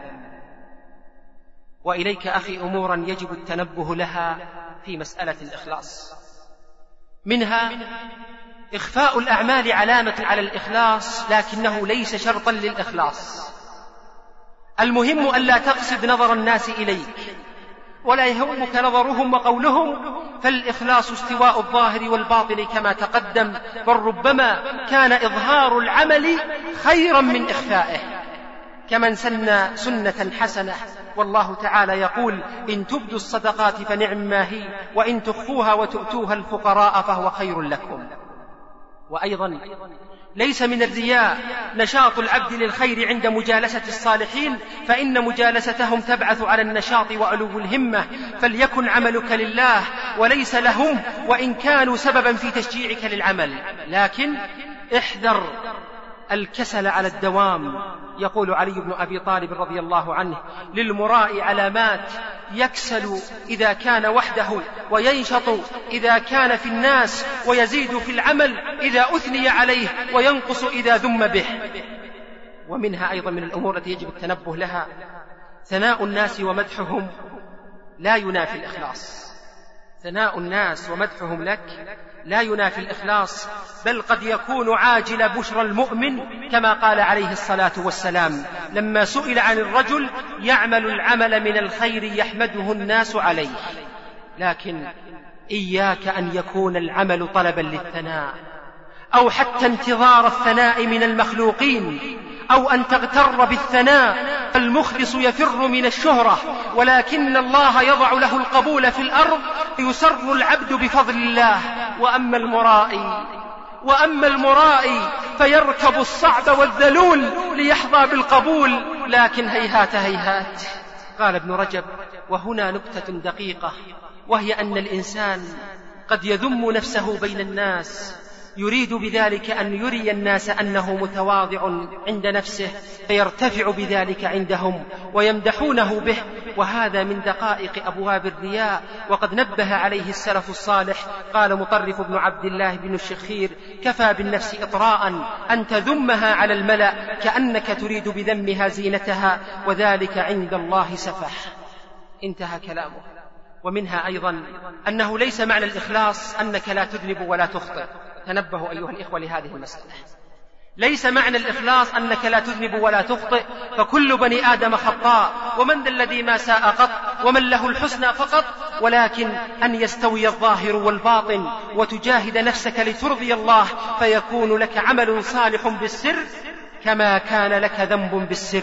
وإليك أخي أمورا يجب التنبه لها في مسألة الإخلاص، منها إخفاء الأعمال علامة على الإخلاص لكنه ليس شرطا للإخلاص. المهم أن لا تقصد نظر الناس إليك ولا يهمك نظرهم وقولهم، فالإخلاص استواء الظاهر والباطن كما تقدم، بل ربما كان إظهار العمل خيرا من إخفائه، كمن سن سنة حسنة، والله تعالى يقول إن تبدوا الصدقات فنعم ما هي وإن تخفوها وتؤتوها الفقراء فهو خير لكم. وأيضا ليس من الرياء نشاط العبد للخير عند مجالسة الصالحين، فإن مجالستهم تبعث على النشاط وعلو الهمة، فليكن عملك لله وليس لهم وإن كانوا سببا في تشجيعك للعمل، لكن احذر الكسل على الدوام. يقول علي بن أبي طالب رضي الله عنه للمراء علامات، يكسل إذا كان وحده وينشط إذا كان في الناس ويزيد في العمل إذا أثني عليه وينقص إذا ذم به. ومنها أيضا من الأمور التي يجب التنبه لها ثناء الناس ومدحهم لا ينافي الإخلاص، ثناء الناس ومدحهم لك لا ينافي الإخلاص، بل قد يكون عاجل بشرى المؤمن، كما قال عليه الصلاة والسلام لما سئل عن الرجل يعمل العمل من الخير يحمده الناس عليه، لكن إياك أن يكون العمل طلبا للثناء أو حتى انتظار الثناء من المخلوقين، أو أن تغتر بالثناء. المخلص يفر من الشهرة، ولكن الله يضع له القبول في الأرض يسر العبد بفضل الله. وأما المرائي فيركب الصعب والذلول ليحظى بالقبول، لكن هيهات هيهات. قال ابن رجب: وهنا نكتة دقيقة، وهي أن الإنسان قد يذم نفسه بين الناس، يريد بذلك أن يري الناس أنه متواضع عند نفسه، فيرتفع بذلك عندهم ويمدحونه به، وهذا من دقائق أبواب الرياء، وقد نبه عليه السلف الصالح. قال مطرف بن عبد الله بن الشخير: كفى بالنفس إطراء أن تذمها على الملأ كأنك تريد بذمها زينتها، وذلك عند الله سفح. انتهى كلامه. ومنها أيضا أنه ليس معنى الإخلاص أنك لا تذنب ولا تخطئ. تنبهوا أيها الإخوة لهذه المسألة. ليس معنى الإخلاص أنك لا تذنب ولا تخطئ، فكل بني آدم خطاء، ومن ذا الذي ما ساء قط، ومن له الحسنى فقط، ولكن أن يستوي الظاهر والباطن، وتجاهد نفسك لترضي الله، فيكون لك عمل صالح بالسر كما كان لك ذنب بالسر،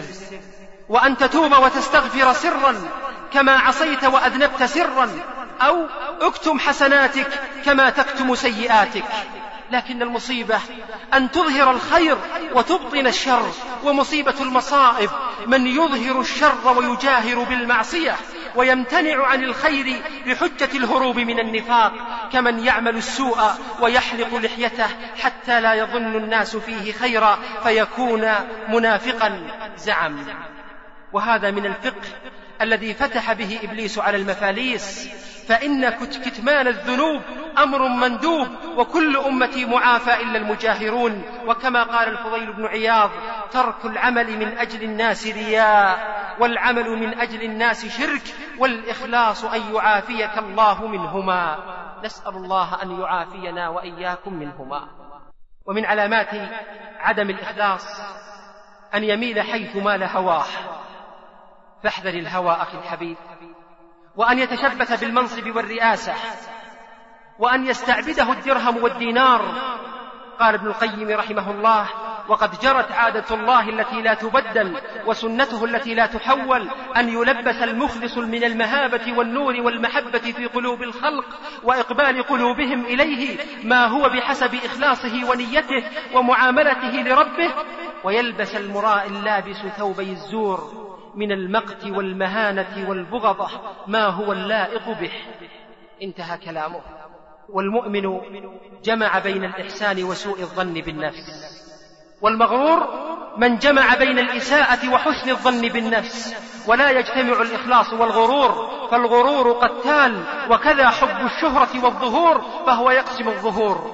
وأن تتوب وتستغفر سرا كما عصيت وأذنبت سرا، أو اكتم حسناتك كما تكتم سيئاتك. لكن المصيبة أن تظهر الخير وتبطن الشر، ومصيبة المصائب من يظهر الشر ويجاهر بالمعصية، ويمتنع عن الخير بحجة الهروب من النفاق، كمن يعمل السوء ويحلق لحيته حتى لا يظن الناس فيه خيرا فيكون منافقا زعم. وهذا من الفقه الذي فتح به إبليس على المفاليس، فإن كتمان الذنوب أمر مندوب، وكل أمتي معافى إلا المجاهرون. وكما قال الفضيل بن عياض: ترك العمل من أجل الناس رياء، والعمل من أجل الناس شرك، والإخلاص أن يعافيك الله منهما. نسأل الله أن يعافينا وإياكم منهما. ومن علامات عدم الإخلاص أن يميل حيث مال هواه، فاحذر الهوى أخي الحبيب، وأن يتشبث بالمنصب والرئاسة، وأن يستعبده الدرهم والدينار. قال ابن القيم رحمه الله: وقد جرت عادة الله التي لا تبدل، وسنته التي لا تحول، أن يلبس المخلص من المهابة والنور والمحبة في قلوب الخلق، وإقبال قلوبهم إليه ما هو بحسب إخلاصه ونيته ومعاملته لربه، ويلبس المراء اللابس ثوبي الزور من المقت والمهانة والبغضة ما هو اللائق به. انتهى كلامه. والمؤمن جمع بين الإحسان وسوء الظن بالنفس، والمغرور من جمع بين الإساءة وحسن الظن بالنفس، ولا يجتمع الإخلاص والغرور، فالغرور قتال، وكذا حب الشهرة والظهور فهو يقسم الظهور.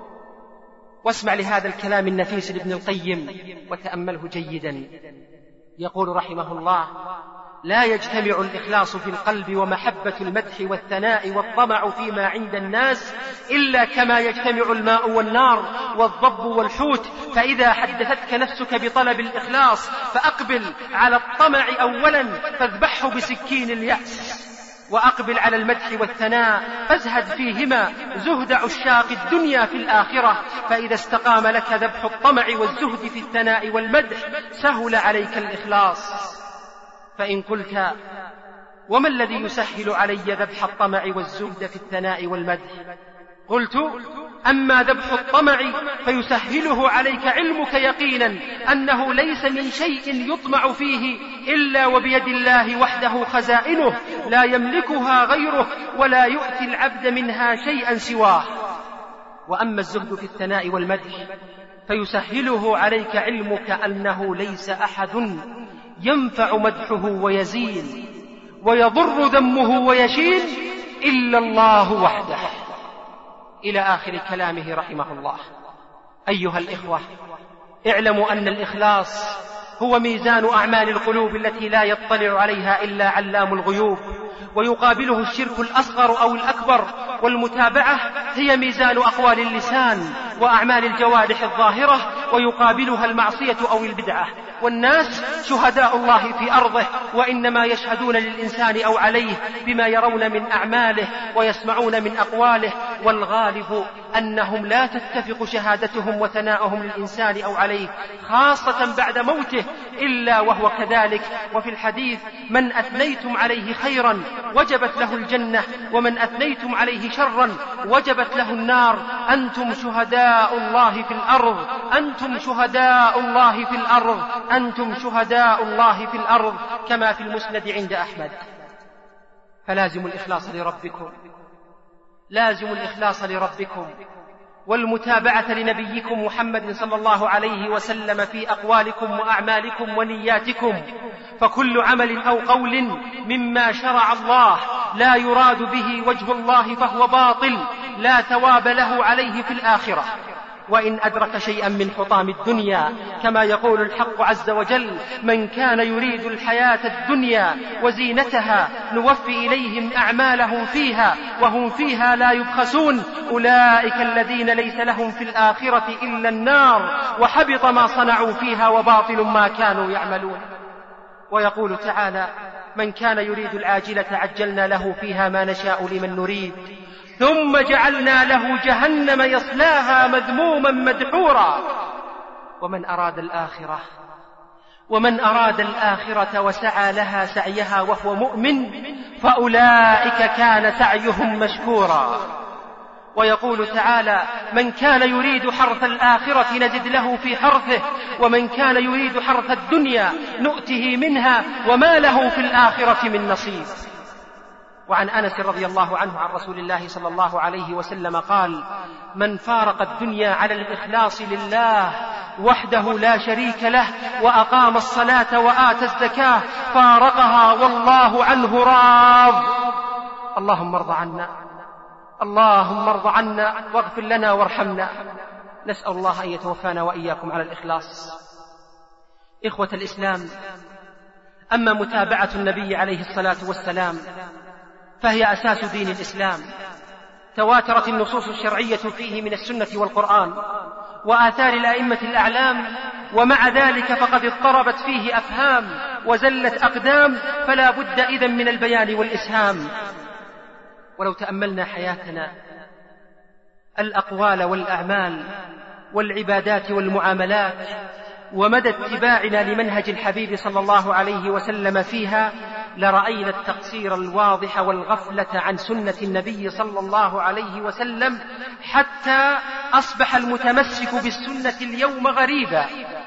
واسمع لهذا الكلام النفيس لابن القيم وتأمله جيدا. يقول رحمه الله: لا يجتمع الإخلاص في القلب ومحبة المدح والثناء والطمع فيما عند الناس إلا كما يجتمع الماء والنار والضب والحوت. فإذا حدثتك نفسك بطلب الإخلاص فأقبل على الطمع أولا فاذبحه بسكين اليأس، وأقبل على المدح والثناء فازهد فيهما زهد عشاق الدنيا في الآخرة. فإذا استقام لك ذبح الطمع والزهد في الثناء والمدح سهل عليك الإخلاص. فإن قلت: وما الذي يسهل علي ذبح الطمع والزهد في الثناء والمدح؟ قلت: أما ذبح الطمع فيسهله عليك علمك يقينا أنه ليس من شيء يطمع فيه إلا وبيد الله وحده خزائنه، لا يملكها غيره، ولا يؤتي العبد منها شيئا سواه. وأما الزهد في الثناء والمدح فيسهله عليك علمك أنه ليس أحد ينفع مدحه ويزين ويضر ذمه ويشين إلا الله وحده. إلى آخر كلامه رحمه الله. أيها الإخوة، اعلموا أن الإخلاص هو ميزان أعمال القلوب التي لا يطلع عليها إلا علام الغيوب، ويقابله الشرك الأصغر أو الأكبر. والمتابعة هي ميزان أقوال اللسان وأعمال الجوارح الظاهرة، ويقابلها المعصية أو البدعة. والناس شهداء الله في أرضه، وإنما يشهدون للإنسان أو عليه بما يرون من أعماله ويسمعون من أقواله، والغالب أنهم لا تتفق شهادتهم وثناؤهم للإنسان أو عليه، خاصة بعد موته، إلا وهو كذلك. وفي الحديث: من أثنيتم عليه خيرا وجبت له الجنة، ومن أثنيتم عليه شرا وجبت له النار. أنتم شهداء الله في الأرض، أنتم شهداء الله في الأرض، أنتم شهداء الله في الأرض، كما في المسند عند أحمد. فلازموا الإخلاص لربكم، لازموا الإخلاص لربكم والمتابعة لنبيكم محمد صلى الله عليه وسلم في أقوالكم وأعمالكم ونياتكم. فكل عمل أو قول مما شرع الله لا يراد به وجه الله فهو باطل، لا ثواب له عليه في الآخرة. وإن أدرك شيئا من حطام الدنيا، كما يقول الحق عز وجل: من كان يريد الحياة الدنيا وزينتها نوفي إليهم أعمالهم فيها وهم فيها لا يبخسون، أولئك الذين ليس لهم في الآخرة إلا النار، وحبط ما صنعوا فيها وباطل ما كانوا يعملون. ويقول تعالى: من كان يريد العاجلة عجلنا له فيها ما نشاء لمن نريد، ثم جعلنا له جهنم يصلاها مذموما مدحورا. ومن أراد الآخرة وسعى لها سعيها وهو مؤمن فأولئك كان سعيهم مشكورا. ويقول تعالى: من كان يريد حرث الآخرة نزد له في حرثه، ومن كان يريد حرث الدنيا نؤته منها وما له في الآخرة من نصيب. وعن أنس رضي الله عنه عن رسول الله صلى الله عليه وسلم قال: من فارق الدنيا على الإخلاص لله وحده لا شريك له وأقام الصلاة وآتى الزكاة فارقها والله عنه راض. اللهم ارض عنا، اللهم ارض عنا واغفر لنا وارحمنا. نسأل الله أن يتوفانا وإياكم على الإخلاص. إخوة الإسلام، أما متابعة النبي عليه الصلاة والسلام فهي أساس دين الإسلام، تواترت النصوص الشرعية فيه من السنة والقرآن وآثار الأئمة الأعلام، ومع ذلك فقد اضطربت فيه أفهام وزلت أقدام، فلا بد إذن من البيان والإسهام. ولو تأملنا حياتنا، الأقوال والأعمال والعبادات والمعاملات، ومدى اتباعنا لمنهج الحبيب صلى الله عليه وسلم فيها، لرأينا التقصير الواضح والغفلة عن سنة النبي صلى الله عليه وسلم، حتى أصبح المتمسك بالسنة اليوم غريبا.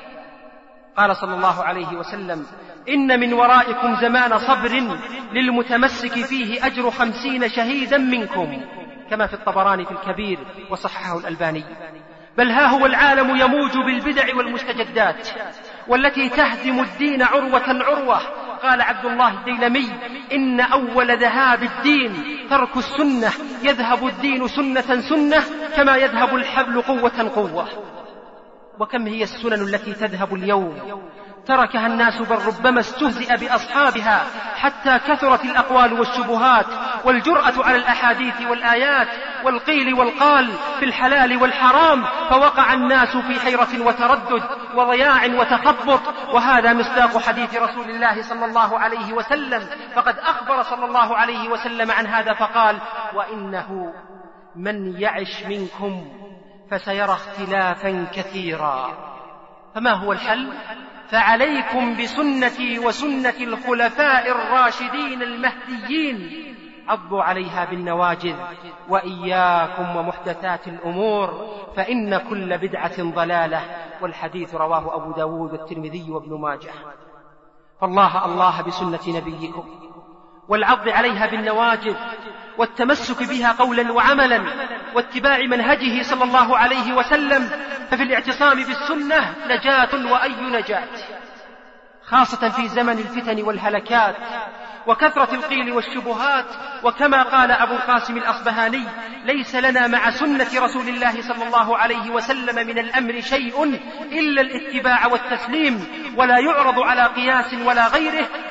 قال صلى الله عليه وسلم: إن من ورائكم زمان صبر للمتمسك فيه أجر 50 شهيدا منكم، كما في الطبراني في الكبير وصححه الألباني. بل ها هو العالم يموج بالبدع والمستجدات والتي تهدم الدين عروة عروة. قال عبد الله الديلمي: إن أول ذهاب الدين ترك السنة، يذهب الدين سنة سنة كما يذهب الحبل قوة قوة. وكم هي السنن التي تذهب اليوم تركها الناس، بل ربما استهزئ بأصحابها، حتى كثرت الأقوال والشبهات والجرأة على الأحاديث والآيات والقيل والقال في الحلال والحرام، فوقع الناس في حيرة وتردد وضياع وتخبط. وهذا مصداق حديث رسول الله صلى الله عليه وسلم، فقد أخبر صلى الله عليه وسلم عن هذا فقال: وإنه من يعش منكم فسيرى اختلافا كثيرا. فما هو الحل؟ فعليكم بسنتي وسنة الخلفاء الراشدين المهديين، عضوا عليها بالنواجذ، وإياكم ومحدثات الأمور فإن كل بدعة ضلالة. والحديث رواه أبو داود والترمذي وابن ماجه. فالله الله بسنة نبيكم، والعض عليها بالنواجذ، والتمسك بها قولا وعملا، واتباع منهجه صلى الله عليه وسلم. ففي الاعتصام بالسنة نجاة وأي نجاة، خاصة في زمن الفتن والهلكات وكثرة القيل والشبهات. وكما قال أبو القاسم الأصبهاني: ليس لنا مع سنة رسول الله صلى الله عليه وسلم من الأمر شيء إلا الاتباع والتسليم، ولا يعرض على قياس ولا غيره،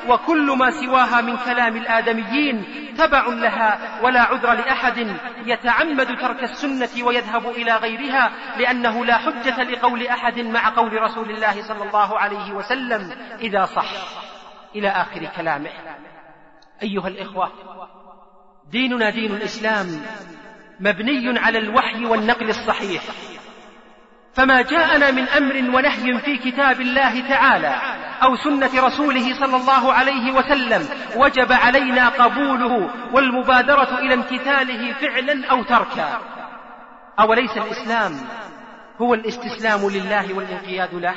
وكل ما سواها من كلام الآدميين تبع لها، ولا عذر لأحد يتعمد ترك السنة ويذهب إلى غيرها، لأنه لا حجة لقول أحد مع قول رسول الله صلى الله عليه وسلم إذا صح، إلى آخر كلامه. أيها الإخوة، ديننا دين الإسلام مبني على الوحي والنقل الصحيح، فما جاءنا من أمر ونهي في كتاب الله تعالى أو سنة رسوله صلى الله عليه وسلم وجب علينا قبوله والمبادرة إلى امتثاله فعلا أو تركا. أوليس الإسلام هو الاستسلام لله والانقياد له؟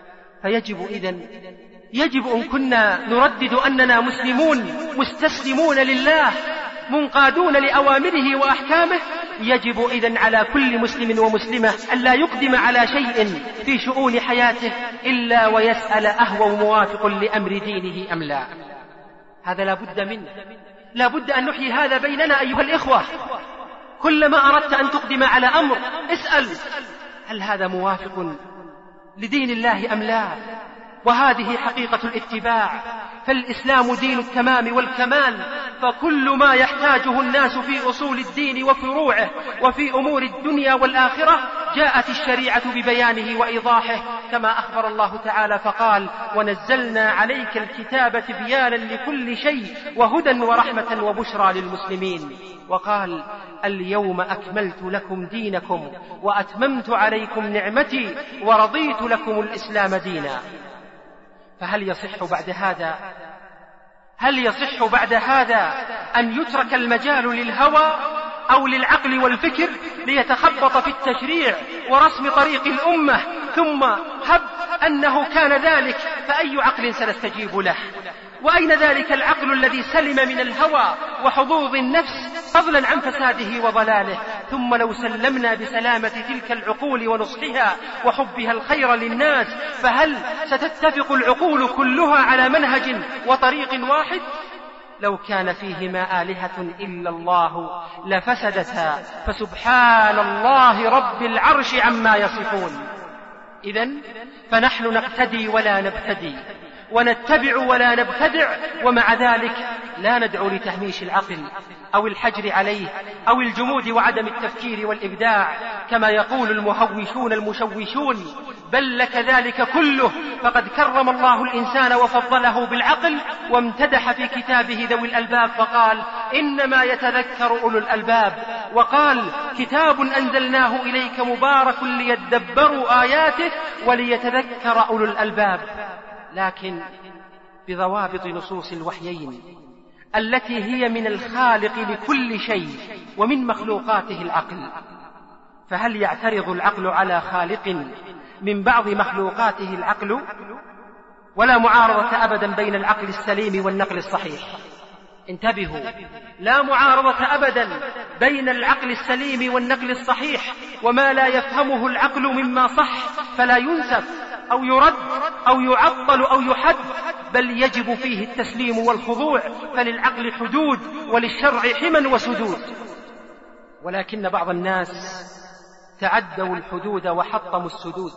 يجب إن كنا نردد أننا مسلمون مستسلمون لله منقادون لأوامره وأحكامه، يجب إذن على كل مسلم ومسلمة أن لا يقدم على شيء في شؤون حياته إلا ويسأل أهو موافق لأمر دينه أم لا. هذا لا بد منه، لا بد أن نحيي هذا بيننا أيها الإخوة. كلما أردت أن تقدم على أمر اسأل هل هذا موافق لدين الله أم لا. وهذه حقيقة الاتباع، فالإسلام دين التمام والكمال، فكل ما يحتاجه الناس في أصول الدين وفروعه وفي أمور الدنيا والآخرة جاءت الشريعة ببيانه وإيضاحه، كما أخبر الله تعالى فقال: ونزلنا عليك الكتاب تبيانا لكل شيء وهدى ورحمة وبشرى للمسلمين. وقال: اليوم أكملت لكم دينكم وأتممت عليكم نعمتي ورضيت لكم الإسلام دينا. فهل يصح بعد هذا أن يترك المجال للهوى أو للعقل والفكر ليتخبط في التشريع ورسم طريق الأمة، ثم هب أنه كان ذلك، فأي عقل سنستجيب له؟ وأين ذلك العقل الذي سلم من الهوى وحظوظ النفس فضلا عن فساده وضلاله؟ ثم لو سلمنا بسلامة تلك العقول ونصحها وحبها الخير للناس، فهل ستتفق العقول كلها على منهج وطريق واحد؟ لو كان فيهما آلهة إلا الله لفسدتا، فسبحان الله رب العرش عما يصفون. إذن فنحن نقتدي ولا نبتدي، ونتبع ولا نبتدع، ومع ذلك لا ندعو لتهميش العقل أو الحجر عليه أو الجمود وعدم التفكير والإبداع كما يقول المهوشون المشوشون، بل لك ذلك كله، فقد كرم الله الإنسان وفضله بالعقل، وامتدح في كتابه ذوي الألباب فقال: إنما يتذكر أولو الألباب. وقال: كتاب أنزلناه إليك مبارك ليدبروا آياته وليتذكر أولو الألباب، لكن بضوابط نصوص الوحيين التي هي من الخالق لكل شيء ومن مخلوقاته العقل. فهل يعترض العقل على خالق من بعض مخلوقاته العقل؟ ولا معارضة أبدا بين العقل السليم والنقل الصحيح. انتبهوا، لا معارضة أبدا بين العقل السليم والنقل الصحيح، وما لا يفهمه العقل مما صح فلا ينسف أو يرد أو يعطل أو يحد، بل يجب فيه التسليم والخضوع، فللعقل حدود وللشرع حما وسدود. ولكن بعض الناس تعدوا الحدود وحطموا السدود،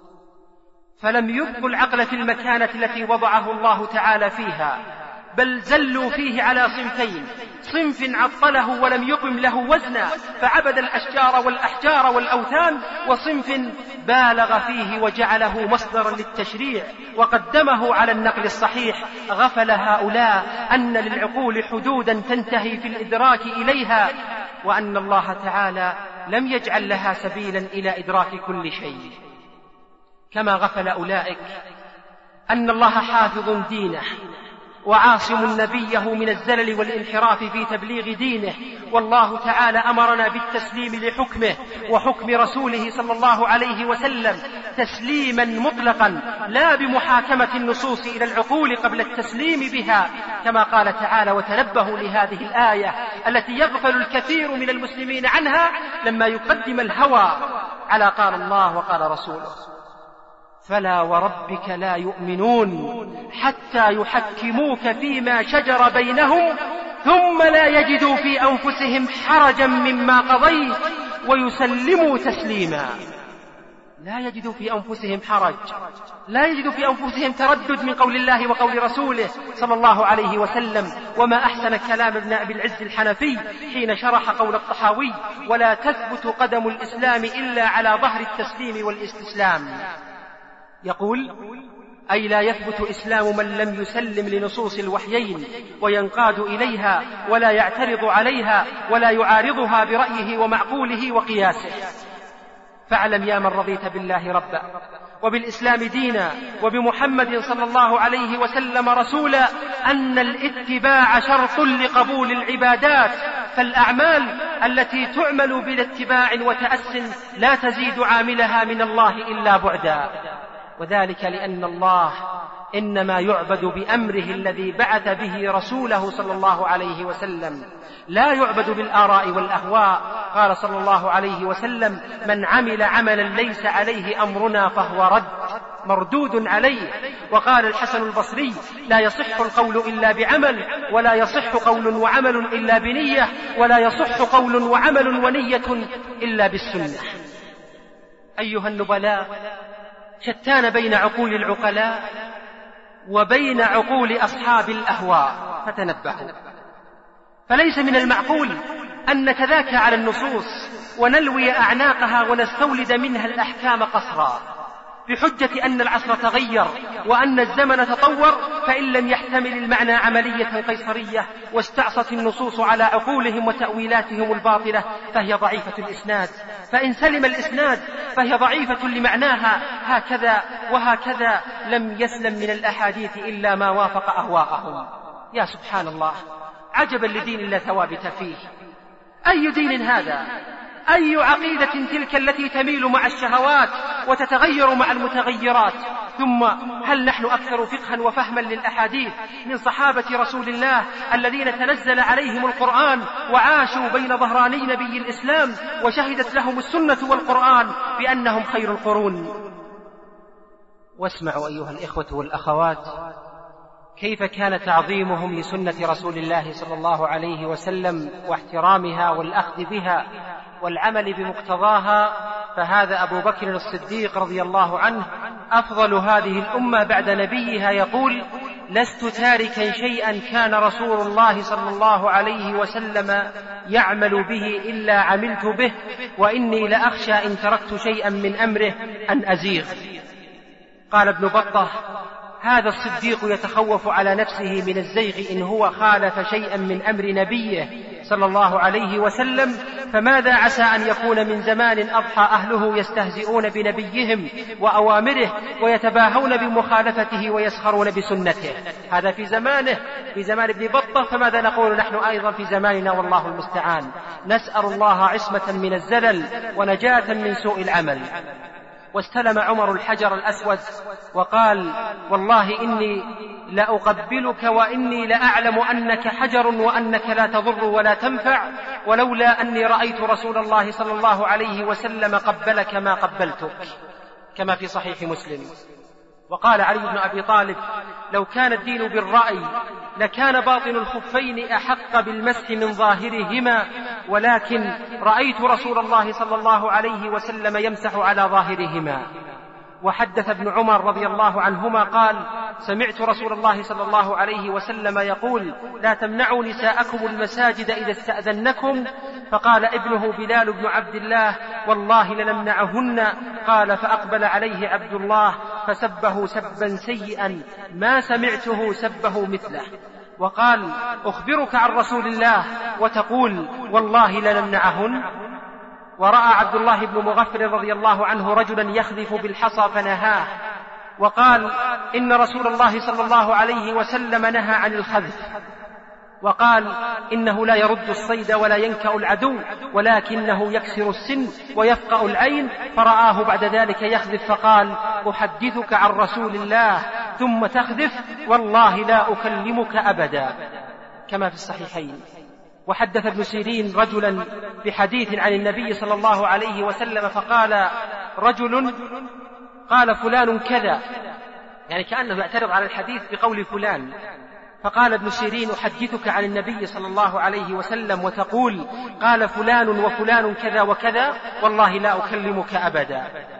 فلم يبقوا العقل في المكانة التي وضعه الله تعالى فيها، بل زلوا فيه على صنفين: صنف عطله ولم يقم له وزنا فعبد الأشجار والأحجار والأوثان، وصنف بالغ فيه وجعله مصدرا للتشريع وقدمه على النقل الصحيح. غفل هؤلاء أن للعقول حدودا تنتهي في الإدراك إليها، وأن الله تعالى لم يجعل لها سبيلا إلى إدراك كل شيء. كما غفل أولئك أن الله حافظ دينه وعاصم نبيه من الزلل والانحراف في تبليغ دينه، والله تعالى أمرنا بالتسليم لحكمه وحكم رسوله صلى الله عليه وسلم تسليما مطلقا، لا بمحاكمة النصوص إلى العقول قبل التسليم بها، كما قال تعالى: وتنبهوا لهذه الآية التي يغفل الكثير من المسلمين عنها لما يقدم الهوى على قال الله وقال رسوله. فلا وربك لا يؤمنون حتى يحكموك فيما شجر بينهم ثم لا يجدوا في أنفسهم حرجا مما قضيت ويسلموا تسليما. لا يجدوا في أنفسهم حرج، لا يجدوا في أنفسهم تردد من قول الله وقول رسوله صلى الله عليه وسلم. وما أحسن كلام ابن أبي العز الحنفي حين شرح قول الطحاوي: ولا تثبت قدم الإسلام إلا على ظهر التسليم والاستسلام. يقول: أي لا يثبت إسلام من لم يسلم لنصوص الوحيين وينقاد إليها ولا يعترض عليها ولا يعارضها برأيه ومعقوله وقياسه. فاعلم يا من رضيت بالله ربا وبالإسلام دينا وبمحمد صلى الله عليه وسلم رسولا أن الاتباع شرط لقبول العبادات، فالأعمال التي تعمل بلا اتباع وتأس لا تزيد عاملها من الله إلا بعدا، وذلك لأن الله إنما يعبد بأمره الذي بعث به رسوله صلى الله عليه وسلم، لا يعبد بالآراء والأهواء. قال صلى الله عليه وسلم: من عمل عملا ليس عليه أمرنا فهو رد مردود عليه. وقال الحسن البصري: لا يصح القول إلا بعمل، ولا يصح قول وعمل إلا بنية، ولا يصح قول وعمل ونية إلا بالسنة. أيها النبلاء، شتان بين عقول العقلاء وبين عقول أصحاب الأهواء، فتنبهوا. فليس من المعقول أن نتذاكى على النصوص ونلوي أعناقها ونستولد منها الأحكام قصرا بحجة أن العصر تغير وأن الزمن تطور، فإن لم يحتمل المعنى عملية قيصرية واستعصت النصوص على عقولهم وتأويلاتهم الباطلة فهي ضعيفة الإسناد، فإن سلم الإسناد فهي ضعيفة لمعناها، هكذا وهكذا لم يسلم من الأحاديث إلا ما وافق أهواءهم. يا سبحان الله، عجبا لدين لا ثوابت فيه. أي دين هذا؟ أي عقيدة تلك التي تميل مع الشهوات وتتغير مع المتغيرات؟ ثم هل نحن أكثر فقها وفهما للأحاديث من صحابة رسول الله الذين تنزل عليهم القرآن وعاشوا بين ظهراني نبي الإسلام وشهدت لهم السنة والقرآن بأنهم خير القرون؟ واسمعوا أيها الإخوة والأخوات كيف كان تعظيمهم لسنة رسول الله صلى الله عليه وسلم واحترامها والأخذ بها والعمل بمقتضاها. فهذا أبو بكر الصديق رضي الله عنه أفضل هذه الأمة بعد نبيها يقول: لست تاركا شيئا كان رسول الله صلى الله عليه وسلم يعمل به إلا عملت به، وإني لأخشى إن تركت شيئا من أمره أن أزيغ. قال ابن بطة: هذا الصديق يتخوف على نفسه من الزيغ إن هو خالف شيئا من أمر نبيه صلى الله عليه وسلم، فماذا عسى أن يكون من زمان أضحى أهله يستهزئون بنبيهم وأوامره ويتباهون بمخالفته ويسخرون بسنته. هذا في زمانه، في زمان ابن بطة، فماذا نقول نحن أيضا في زماننا؟ والله المستعان. نسأل الله عصمة من الزلل ونجاة من سوء العمل. واستلم عمر الحجر الأسود وقال: والله إني لأقبلك وإني لأعلم أنك حجر وأنك لا تضر ولا تنفع، ولولا أني رأيت رسول الله صلى الله عليه وسلم قبلك ما قبلتك، كما في صحيح مسلم. وقال علي بن أبي طالب: لو كان الدين بالرأي لكان باطن الخفين أحق بالمسح من ظاهرهما، ولكن رأيت رسول الله صلى الله عليه وسلم يمسح على ظاهرهما. وحدث ابن عمر رضي الله عنهما قال: سمعت رسول الله صلى الله عليه وسلم يقول: لا تمنعوا نساءكم المساجد إذا استأذنكم. فقال ابنه بلال بن عبد الله: والله لنمنعهن. قال: فأقبل عليه عبد الله فسبه سبا سيئا ما سمعته سبه مثله، وقال: أخبرك عن رسول الله وتقول والله لنمنعهن؟ ورأى عبد الله بن مغفر رضي الله عنه رجلا يخذف بالحصى فنهاه، وقال: إن رسول الله صلى الله عليه وسلم نهى عن الخذف، وقال: إنه لا يرد الصيد ولا ينكأ العدو ولكنه يكسر السن ويفقأ العين. فرآه بعد ذلك يخذف فقال: أحدثك عن رسول الله ثم تخذف، والله لا أكلمك أبدا، كما في الصحيحين. وحدث ابن سيرين رجلا بحديث عن النبي صلى الله عليه وسلم فقال رجل: قال فلان كذا، يعني كأنه يعترض على الحديث بقول فلان. فقال ابن سيرين: أحدثك عن النبي صلى الله عليه وسلم وتقول قال فلان وفلان كذا وكذا، والله لا أكلمك أبدا.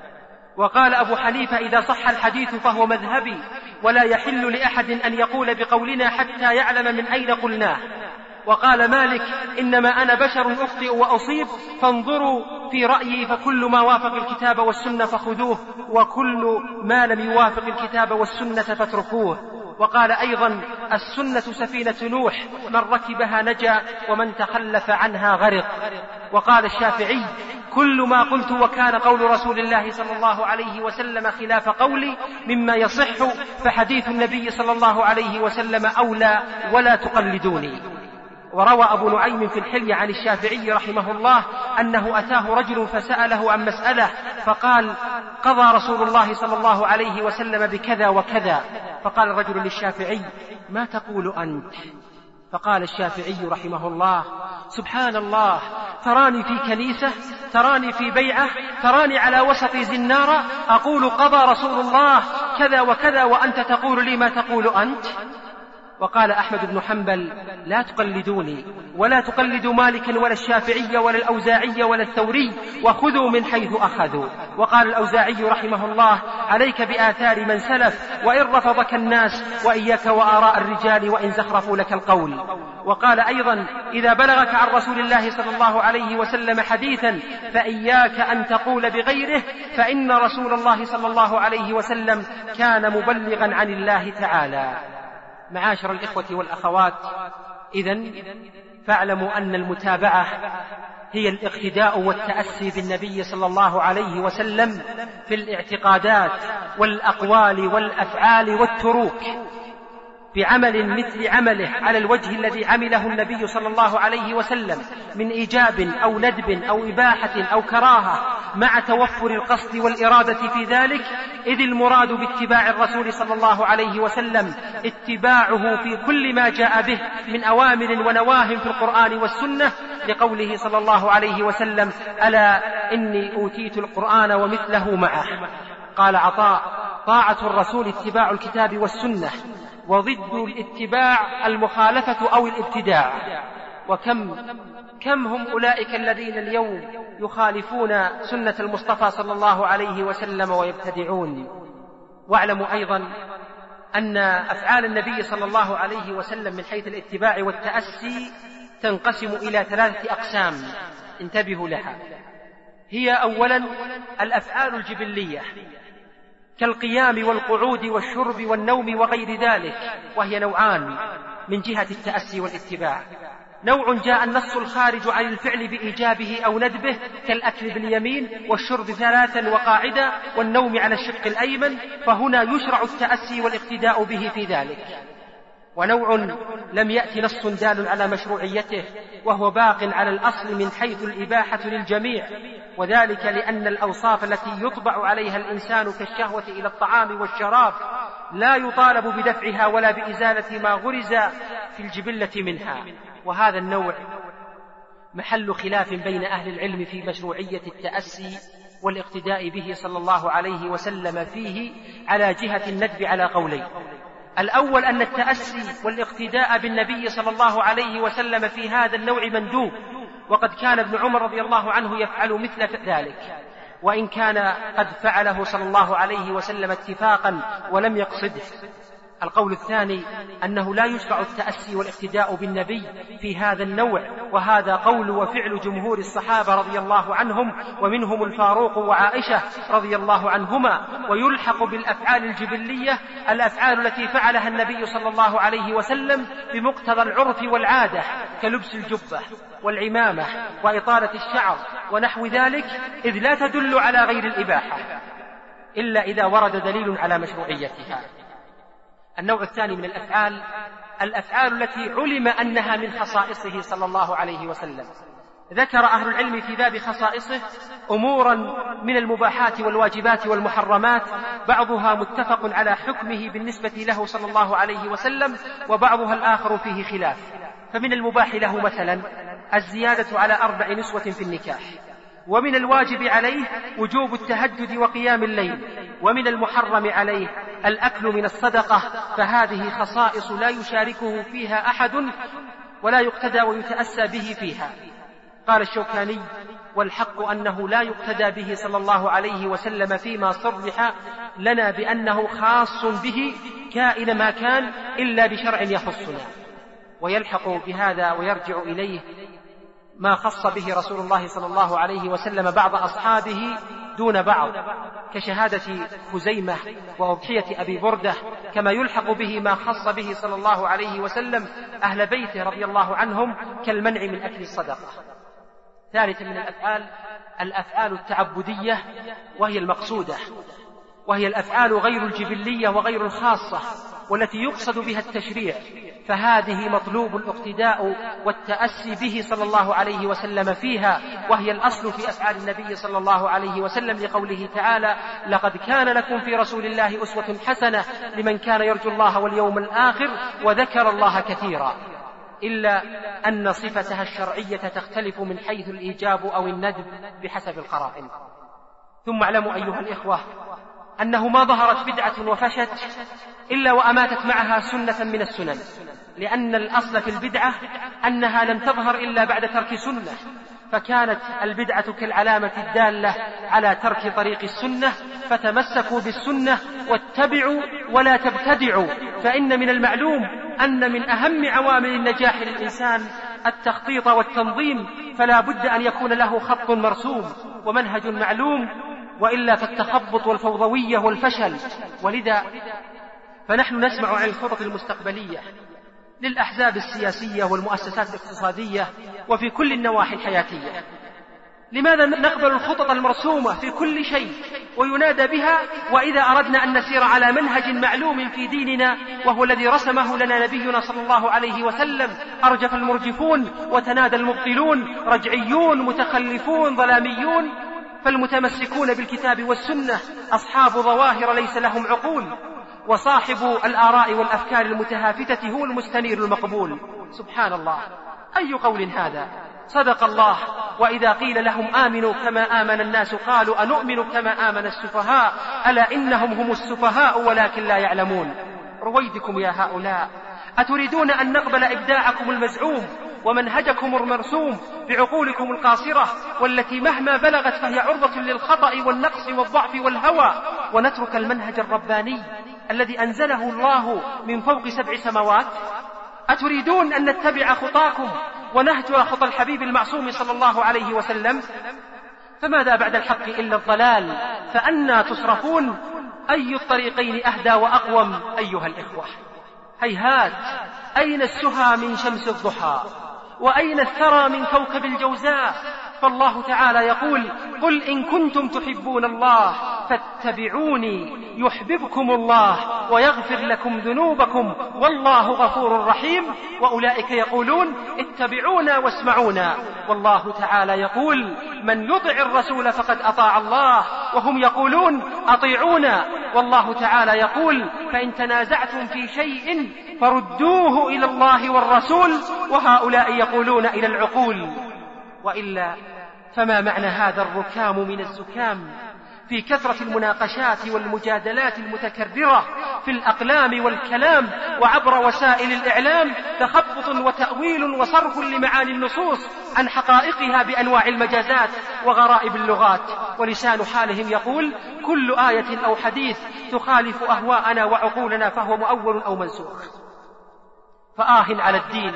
وقال أبو حنيفة إذا صح الحديث فهو مذهبي ولا يحل لأحد أن يقول بقولنا حتى يعلم من أين قلناه. وقال مالك إنما أنا بشر أخطئ وأصيب فانظروا في رأيي فكل ما وافق الكتاب والسنة فخذوه وكل ما لم يوافق الكتاب والسنة فاتركوه. وقال أيضا السنة سفينة نوح من ركبها نجا ومن تخلف عنها غرق. وقال الشافعي كل ما قلت وكان قول رسول الله صلى الله عليه وسلم خلاف قولي مما يصح فحديث النبي صلى الله عليه وسلم أولى ولا تقلدوني. وروى أبو نعيم في الحلية عن الشافعي رحمه الله أنه أتاه رجل فسأله عن مسألة فقال قضى رسول الله صلى الله عليه وسلم بكذا وكذا. فقال الرجل للشافعي ما تقول أنت؟ فقال الشافعي رحمه الله سبحان الله تراني في كنيسة تراني في بيعة تراني على وسط زنارة أقول قضى رسول الله كذا وكذا وأنت تقول لي ما تقول أنت. وقال أحمد بن حنبل لا تقلدوني ولا تقلدوا مالكا ولا الشافعي ولا الأوزاعي ولا الثوري وخذوا من حيث أخذوا. وقال الأوزاعي رحمه الله عليك بآثار من سلف وإن رفضك الناس وإياك وآراء الرجال وإن زخرفوا لك القول. وقال أيضا إذا بلغك عن رسول الله صلى الله عليه وسلم حديثا فإياك أن تقول بغيره فإن رسول الله صلى الله عليه وسلم كان مبلغا عن الله تعالى. معاشر الإخوة والأخوات إذن فاعلموا أن المتابعة هي الاقتداء والتأسي بالنبي صلى الله عليه وسلم في الاعتقادات والأقوال والأفعال والتروك بعمل مثل عمله على الوجه الذي عمله النبي صلى الله عليه وسلم من إيجاب أو ندب أو إباحة أو كراهة مع توفر القصد والإرادة في ذلك، إذ المراد باتباع الرسول صلى الله عليه وسلم اتباعه في كل ما جاء به من أوامر ونواه في القرآن والسنة، لقوله صلى الله عليه وسلم ألا إني أوتيت القرآن ومثله معه. قال عطاء طاعة الرسول اتباع الكتاب والسنة، وضد الاتباع المخالفة أو الابتداع. وكم هم أولئك الذين اليوم يخالفون سنة المصطفى صلى الله عليه وسلم ويبتدعون. واعلموا أيضا أن أفعال النبي صلى الله عليه وسلم من حيث الاتباع والتأسي تنقسم إلى 3 أقسام، انتبهوا لها. هي أولا الأفعال الجبلية كالقيام والقعود والشرب والنوم وغير ذلك، وهي نوعان من جهة التأسي والاتباع. نوع جاء النص الخارج عن الفعل بإيجابه أو ندبه كالأكل باليمين والشرب 3 وقاعدة والنوم على الشق الأيمن، فهنا يشرع التأسي والاقتداء به في ذلك. ونوع لم يأتي نص دال على مشروعيته وهو باق على الأصل من حيث الإباحة للجميع، وذلك لأن الأوصاف التي يطبع عليها الإنسان كالشهوة إلى الطعام والشراب لا يطالب بدفعها ولا بإزالة ما غرز في الجبلة منها. وهذا النوع محل خلاف بين أهل العلم في مشروعية التأسي والاقتداء به صلى الله عليه وسلم فيه على جهة الندب على قولين. الأول أن التأسي والاقتداء بالنبي صلى الله عليه وسلم في هذا النوع مندوب، وقد كان ابن عمر رضي الله عنه يفعل مثل ذلك، وإن كان قد فعله صلى الله عليه وسلم اتفاقا ولم يقصده. القول الثاني أنه لا يشرع التأسي والاقتداء بالنبي في هذا النوع، وهذا قول وفعل جمهور الصحابة رضي الله عنهم، ومنهم الفاروق وعائشة رضي الله عنهما. ويلحق بالأفعال الجبلية الأفعال التي فعلها النبي صلى الله عليه وسلم بمقتضى العرف والعادة كلبس الجبة والعمامة وإطالة الشعر ونحو ذلك، إذ لا تدل على غير الإباحة إلا إذا ورد دليل على مشروعيتها. النوع الثاني من الأفعال التي علم أنها من خصائصه صلى الله عليه وسلم. ذكر أهل العلم في باب خصائصه أمورا من المباحات والواجبات والمحرمات، بعضها متفق على حكمه بالنسبة له صلى الله عليه وسلم، وبعضها الآخر فيه خلاف. فمن المباح له مثلا الزيادة على 4 نسوة في النكاح، ومن الواجب عليه وجوب التهجد وقيام الليل، ومن المحرم عليه الأكل من الصدقة، فهذه خصائص لا يشاركه فيها أحد ولا يقتدى ويتأسى به فيها. قال الشوكاني والحق أنه لا يقتدى به صلى الله عليه وسلم فيما صرح لنا بأنه خاص به كائن ما كان إلا بشرع يخصنا. ويلحق بهذا ويرجع إليه ما خص به رسول الله صلى الله عليه وسلم بعض أصحابه دون بعض، كشهادة خزيمة وأضحية أبي بردة، كما يلحق به ما خص به صلى الله عليه وسلم أهل بيته رضي الله عنهم كالمنع من أكل الصدقة. ثالثا من الأفعال التعبدية، وهي المقصودة، وهي الأفعال غير الجبلية وغير الخاصة والتي يقصد بها التشريع، فهذه مطلوب الاقتداء والتأسي به صلى الله عليه وسلم فيها، وهي الأصل في أفعال النبي صلى الله عليه وسلم، لقوله تعالى: لقد كان لكم في رسول الله أسوة حسنة لمن كان يرجو الله واليوم الآخر وذكر الله كثيرا، إلا أن صفتها الشرعية تختلف من حيث الإيجاب أو الندب بحسب القرائن. ثم اعلموا أيها الإخوة أنه ما ظهرت بدعة وفشت إلا وأماتت معها سنة من السنن، لأن الأصل في البدعة أنها لم تظهر إلا بعد ترك سنة، فكانت البدعة كالعلامة الدالة على ترك طريق السنة، فتمسكوا بالسنة واتبعوا ولا تبتدعوا، فإن من المعلوم أن من أهم عوامل النجاح للإنسان التخطيط والتنظيم، فلا بد أن يكون له خط مرسوم ومنهج معلوم، وإلا فالتخبط والفوضوية والفشل. ولذا فنحن نسمع عن الخطط المستقبلية للأحزاب السياسية والمؤسسات الاقتصادية وفي كل النواحي الحياتية. لماذا نقبل الخطط المرسومة في كل شيء وينادى بها، وإذا أردنا أن نسير على منهج معلوم في ديننا وهو الذي رسمه لنا نبينا صلى الله عليه وسلم، أرجف المرجفون وتنادى المبطلون، رجعيون متخلفون ظلاميون، فالمتمسكون بالكتاب والسنة أصحاب ظواهر ليس لهم عقول، وصاحب الآراء والأفكار المتهافتة هو المستنير المقبول. سبحان الله، أي قول هذا؟ صدق الله. وإذا قيل لهم آمنوا كما آمن الناس قالوا أنؤمن كما آمن السفهاء ألا إنهم هم السفهاء ولكن لا يعلمون. رويدكم يا هؤلاء، أتريدون أن نقبل إبداعكم المزعوم ومنهجكم المرسوم بعقولكم القاصرة والتي مهما بلغت فهي عرضة للخطأ والنقص والضعف والهوى، ونترك المنهج الرباني الذي أنزله الله من فوق 7 سماوات؟ أتريدون أن نتبع خطاكم ونهجر خطى الحبيب المعصوم صلى الله عليه وسلم؟ فماذا بعد الحق إلا الضلال، فأنى تصرفون؟ أي الطريقين أهدى وأقوم أيها الإخوة؟ هيهات، أين السهى من شمس الضحى، وأين الثرى من كوكب الجوزاء؟ فالله تعالى يقول: قل إن كنتم تحبون الله فاتبعوني يحببكم الله ويغفر لكم ذنوبكم والله غفور رحيم. وأولئك يقولون: اتبعونا واسمعونا. والله تعالى يقول: من يطع الرسول فقد أطاع الله، وهم يقولون: أطيعونا. والله تعالى يقول: فإن تنازعتم في شيء فردوه إلى الله والرسول، وهؤلاء يقولون إلى العقول. وإلا فما معنى هذا الركام من الزكام في كثرة المناقشات والمجادلات المتكررة في الأقلام والكلام وعبر وسائل الإعلام، تخبط وتأويل وصرف لمعاني النصوص عن حقائقها بأنواع المجازات وغرائب اللغات، ولسان حالهم يقول: كل آية أو حديث تخالف أهواءنا وعقولنا فهو مؤول أو منسوخ. فآه على الدين،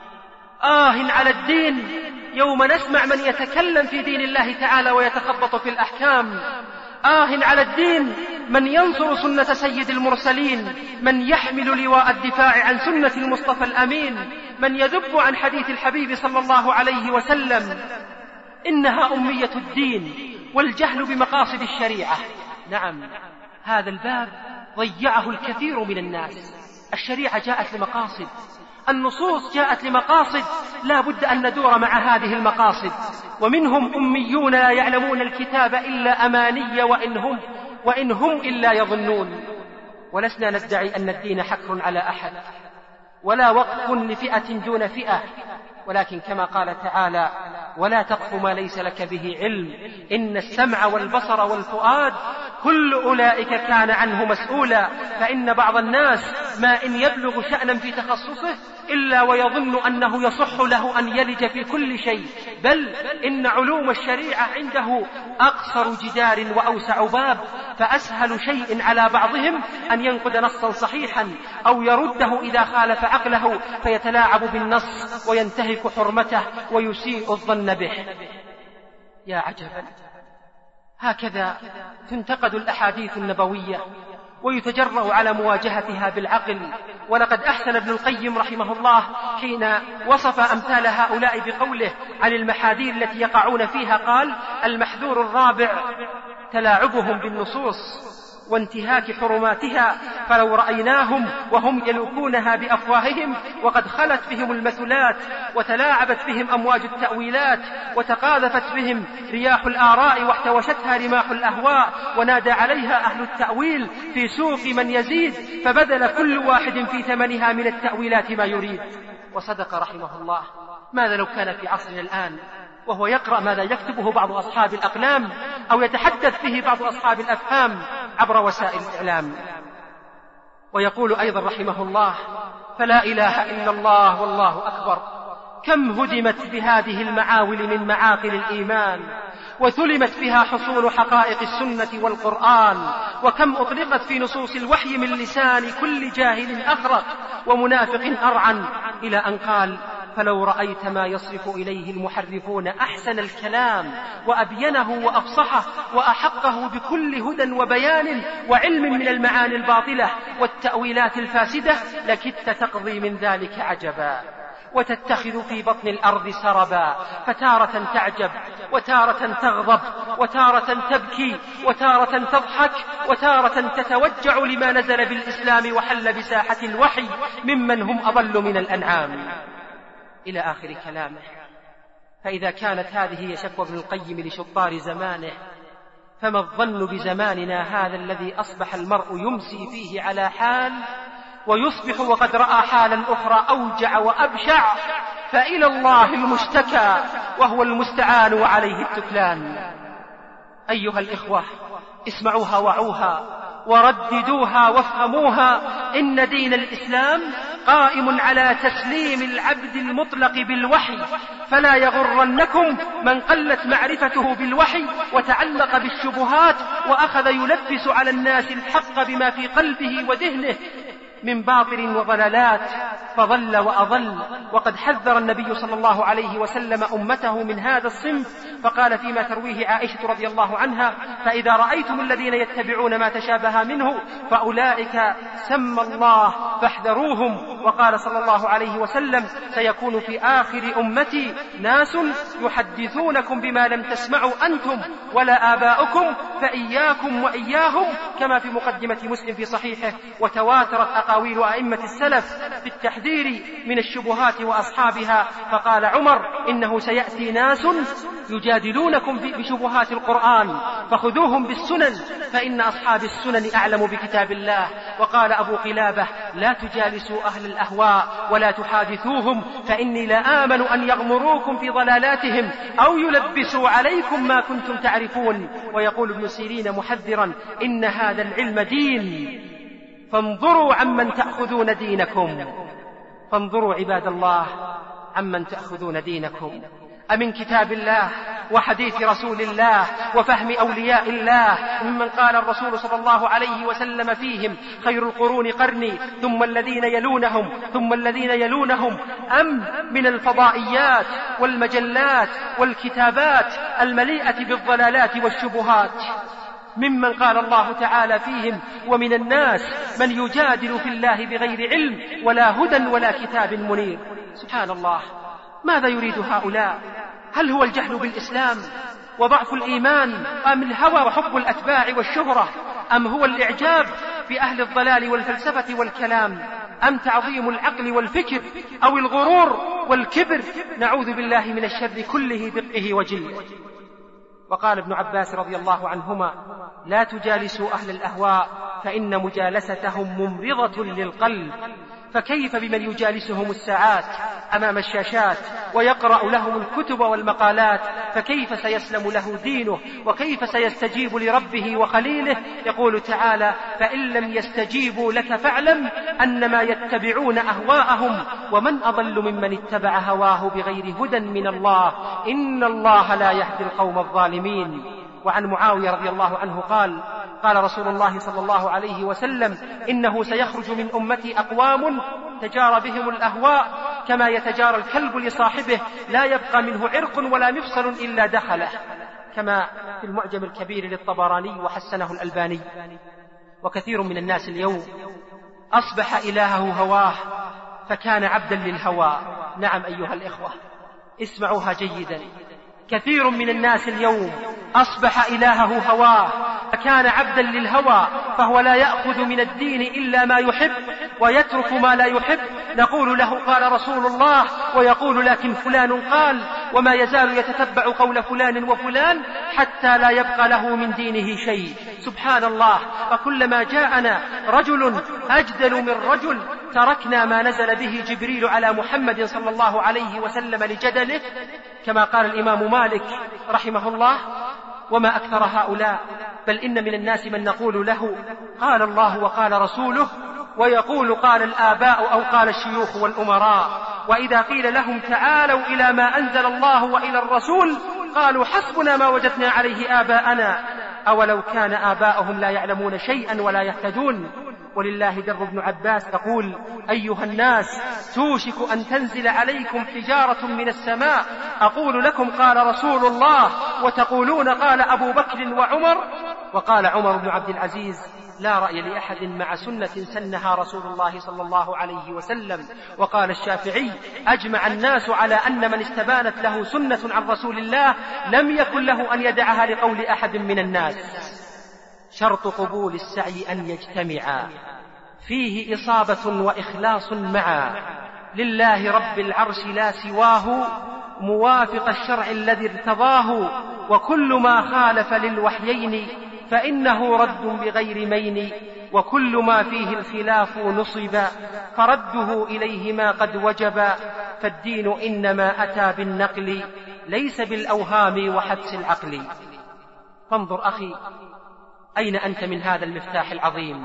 آه على الدين يوم نسمع من يتكلم في دين الله تعالى ويتخبط في الأحكام. آه على الدين من ينصر سنة سيد المرسلين، من يحمل لواء الدفاع عن سنة المصطفى الأمين، من يذب عن حديث الحبيب صلى الله عليه وسلم. إنها أمية الدين والجهل بمقاصد الشريعة. نعم، هذا الباب ضيعه الكثير من الناس. الشريعة جاءت لمقاصد، النصوص جاءت لمقاصد، لا بد أن ندور مع هذه المقاصد. ومنهم أميون لا يعلمون الكتاب إلا أماني وإن هم إلا يظنون. ولسنا ندعي أن الدين حكر على أحد ولا وقف لفئة دون فئة، ولكن كما قال تعالى: ولا تقف ما ليس لك به علم إن السمع والبصر والفؤاد كل أولئك كان عنه مسؤولا. فإن بعض الناس ما إن يبلغ شأنا في تخصصه إلا ويظن أنه يصح له أن يلج في كل شيء، بل إن علوم الشريعة عنده أقصر جدار وأوسع باب، فأسهل شيء على بعضهم أن ينقد نصا صحيحا أو يرده إذا خالف عقله فيتلاعب بالنص وينتهك حرمته ويسيء الظن به. يا عجبا، هكذا تنتقد الأحاديث النبوية ويتجرأ على مواجهتها بالعقل. ولقد أحسن ابن القيم رحمه الله حين وصف أمثال هؤلاء بقوله عن المحاذير التي يقعون فيها، قال: المحذور الرابع تلاعبهم بالنصوص وانتهاك حرماتها، فلو رأيناهم وهم يلوكونها بأفواههم وقد خلت بهم المثلات وتلاعبت بهم أمواج التأويلات وتقاذفت بهم رياح الآراء واحتوشتها رماح الأهواء ونادى عليها أهل التأويل في سوق من يزيد، فبذل كل واحد في ثمنها من التأويلات ما يريد. وصدق رحمه الله. ماذا لو كان في عصرنا الآن وهو يقرأ ماذا يكتبه بعض أصحاب الأقلام أو يتحدث به بعض أصحاب الأفهام عبر وسائل الإعلام؟ ويقول أيضا رحمه الله: فلا إله إلا الله والله أكبر، كم هدمت بهذه المعاول من معاقل الإيمان، وثلمت بها حصول حقائق السنة والقرآن، وكم أطلقت في نصوص الوحي من لسان كل جاهل أخرق ومنافق أرعن، إلى أن قال: فلو رأيت ما يصرف إليه المحرفون أحسن الكلام وأبينه وأفصحه وأحقه بكل هدى وبيان وعلم من المعاني الباطلة والتأويلات الفاسدة، لكدت تقضي من ذلك عجبا، وتتخذ في بطن الأرض سربا، فتارة تعجب وتارة تغضب وتارة تبكي وتارة تضحك وتارة تتوجع لما نزل بالإسلام وحل بساحة الوحي ممن هم أضل من الأنعام، إلى آخر كلامه. فإذا كانت هذه هي شكوى ابن القيم لشطار زمانه، فما الظن بزماننا هذا الذي أصبح المرء يمسي فيه على حال ويصبح وقد رأى حالا أخرى أوجع وأبشع، فإلى الله المشتكى وهو المستعان وعليه التكلان. أيها الإخوة، اسمعوها وعوها ورددوها وافهموها. إن دين الإسلام قائم على تسليم العبد المطلق بالوحي، فلا يغرنكم من قلت معرفته بالوحي وتعلق بالشبهات وأخذ يلبس على الناس الحق بما في قلبه وذهنه من باطل وضلالات فضل وأضل. وقد حذر النبي صلى الله عليه وسلم أمته من هذا الصنف، فقال فيما ترويه عائشة رضي الله عنها: فإذا رأيتم الذين يتبعون ما تشابه منه فأولئك سمى الله فاحذروهم. وقال صلى الله عليه وسلم: سيكون في آخر أمتي ناس يحدثونكم بما لم تسمعوا أنتم ولا آباؤكم فإياكم وإياهم، كما في مقدمة مسلم في صحيحه. وتواترت أقاويل أئمة السلف في التحذير من الشبهات وأصحابها، فقال عمر: إنه سيأتي ناس يجادلونكم بشبهات القرآن فخذوهم بالسنن فإن أصحاب السنن أعلم بكتاب الله. وقال أبو قلابة: لا تجالسوا أهل الأهواء ولا تحادثوهم، فإني لا آمن أن يغمروكم في ضلالاتهم أو يلبسوا عليكم ما كنتم تعرفون. ويقول ابن سيرين محذرا: إن هذا العلم دين، فانظروا عمن تأخذون دينكم. فانظروا عباد الله عمن تأخذون دينكم، أمن كتاب الله وحديث رسول الله وفهم أولياء الله ممن قال الرسول صلى الله عليه وسلم فيهم: خير القرون قرني ثم الذين يلونهم ثم الذين يلونهم، أم من الفضائيات والمجلات والكتابات المليئة بالضلالات والشبهات ممن قال الله تعالى فيهم: ومن الناس من يجادل في الله بغير علم ولا هدى ولا كتاب منير. سبحان الله، ماذا يريد هؤلاء؟ هل هو الجهل بالإسلام وضعف الإيمان، أم الهوى وحب الأتباع والشهرة، أم هو الإعجاب بأهل الضلال والفلسفة والكلام، أم تعظيم العقل والفكر، أو الغرور والكبر؟ نعوذ بالله من الشر كله دقه وجله. وقال ابن عباس رضي الله عنهما: لا تجالسوا أهل الأهواء فإن مجالستهم ممرضة للقلب، فكيف بمن يجالسهم الساعات أمام الشاشات ويقرأ لهم الكتب والمقالات، فكيف سيسلم له دينه وكيف سيستجيب لربه وخليله؟ يقول تعالى: فإن لم يستجيبوا لك فاعلم أنما يتبعون أهواءهم ومن أضل ممن اتبع هواه بغير هدى من الله إن الله لا يهدي القوم الظالمين. وعن معاوية رضي الله عنه قال رسول الله صلى الله عليه وسلم: إنه سيخرج من أمتي أقوام تجارى بهم الأهواء كما يتجارى الكلب لصاحبه لا يبقى منه عرق ولا مفصل إلا دخله، كما في المعجم الكبير للطبراني وحسنه الألباني. وكثير من الناس اليوم أصبح إلهه هواه فكان عبدا للهوى. نعم أيها الإخوة، اسمعوها جيدا، كثير من الناس اليوم أصبح إلهه هواه فكان عبدا للهوى، فهو لا يأخذ من الدين إلا ما يحب ويترك ما لا يحب. نقول له قال رسول الله ويقول لكن فلان قال، وما يزال يتتبع قول فلان وفلان حتى لا يبقى له من دينه شيء. سبحان الله، فكلما جاءنا رجل أجدل من رجل تركنا ما نزل به جبريل على محمد صلى الله عليه وسلم لجدله، كما قال الإمام مالك رحمه الله: وما أكثر هؤلاء، بل إن من الناس من نقول له قال الله وقال رسوله، ويقول قال الآباء أو قال الشيوخ والأمراء، وإذا قيل لهم تعالوا إلى ما أنزل الله وإلى الرسول قالوا حسبنا ما وجدنا عليه آباءنا، أولو كان آباؤهم لا يعلمون شيئا ولا يهتدون. ولله در ابن عباس يقول: أيها الناس توشك أن تنزل عليكم حجارة من السماء أقول لكم قال رسول الله وتقولون قال أبو بكر وعمر. وقال عمر بن عبد العزيز: لا رأي لأحد مع سنة سنها رسول الله صلى الله عليه وسلم. وقال الشافعي: أجمع الناس على أن من استبانت له سنة عن رسول الله لم يكن له أن يدعها لقول أحد من الناس. شرط قبول السعي أن يجتمعا فيه إصابة وإخلاص معا، لله رب العرش لا سواه، موافق الشرع الذي ارتضاه، وكل ما خالف للوحيين فإنه رد بغير مين، وكل ما فيه الخلاف نصب فرده إليهما قد وجب، فالدين إنما أتى بالنقل ليس بالأوهام وحدس العقل. فانظر أخي، أين أنت من هذا المفتاح العظيم؟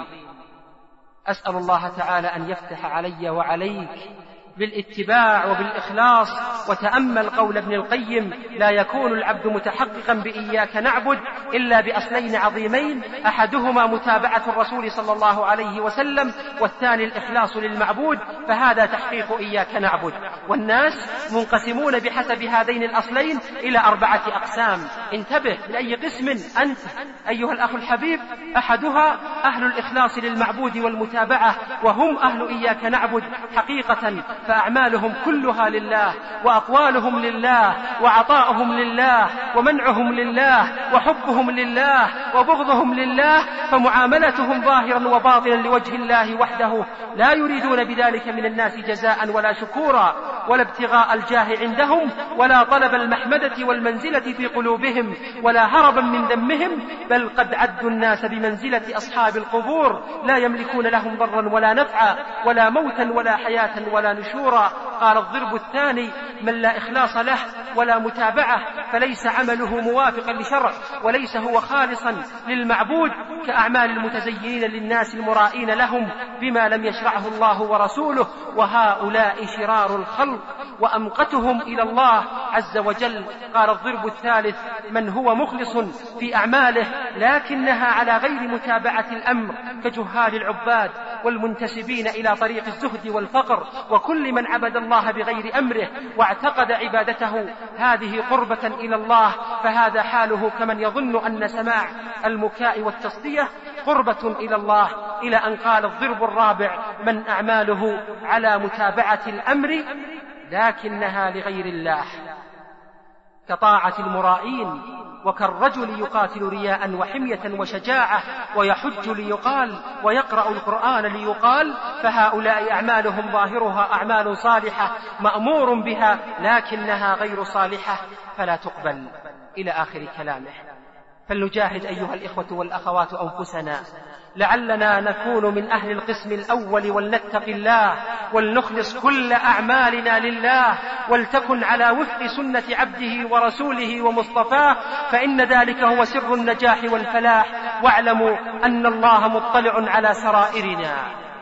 أسأل الله تعالى أن يفتح علي وعليك بالاتباع وبالإخلاص. وتأمل قول ابن القيم: لا يكون العبد متحققا بإياك نعبد إلا بأصلين عظيمين، أحدهما متابعة الرسول صلى الله عليه وسلم، والثاني الإخلاص للمعبود، فهذا تحقيق إياك نعبد. والناس منقسمون بحسب هذين الأصلين إلى 4 أقسام. انتبه لأي قسم أنت أيها الأخ الحبيب. أحدها أهل الإخلاص للمعبود والمتابعة، وهم أهل إياك نعبد حقيقة، فأعمالهم كلها لله، وأقوالهم لله، وعطاؤهم لله، ومنعهم لله، وحبهم لله، وبغضهم لله، فمعاملتهم ظاهرا وباطنا لوجه الله وحده، لا يريدون بذلك من الناس جزاء ولا شكورا ولا ابتغاء الجاه عندهم ولا طلب المحمدة والمنزلة في قلوبهم ولا هربا من ذمهم، بل قد عدوا الناس بمنزلة أصحاب القبور، لا يملكون لهم ضرا ولا نفعا ولا موتا ولا حياة ولا نشورا. قال: الضرب الثاني من لا إخلاص له ولا متابعة، فليس عمله موافقا لشرع وليس هو خالصا للمعبود، كأعمال المتزينين للناس المرائين لهم بما لم يشرعه الله ورسوله، وهؤلاء شرار الخلق وأمقتهم إلى الله عز وجل. قال: الضرب الثالث من هو مخلص في أعماله لكنها على غير متابعة الأمر، كجهال العباد والمنتسبين إلى طريق الزهد والفقر، وكل من عبد الله بغير أمره واعتقد عبادته هذه قربة إلى الله، فهذا حاله كمن يظن أن سماع المكاء والتصدية قربة إلى الله، إلى أن قال: الضرب الرابع من أعماله على متابعة الأمر لكنها لغير الله، كطاعة المرائين، وكالرجل يقاتل رياء وحمية وشجاعة ويحج ليقال ويقرأ القرآن ليقال، فهؤلاء أعمالهم ظاهرها أعمال صالحة مأمور بها لكنها غير صالحة فلا تقبل، إلى آخر كلامه. فلنجاهد أيها الإخوة والأخوات أنفسنا لعلنا نكون من أهل القسم الأول، ولنتق الله ولنخلص كل أعمالنا لله، ولتكن على وفق سنة عبده ورسوله ومصطفاه، فإن ذلك هو سر النجاح والفلاح. واعلموا أن الله مطلع على سرائرنا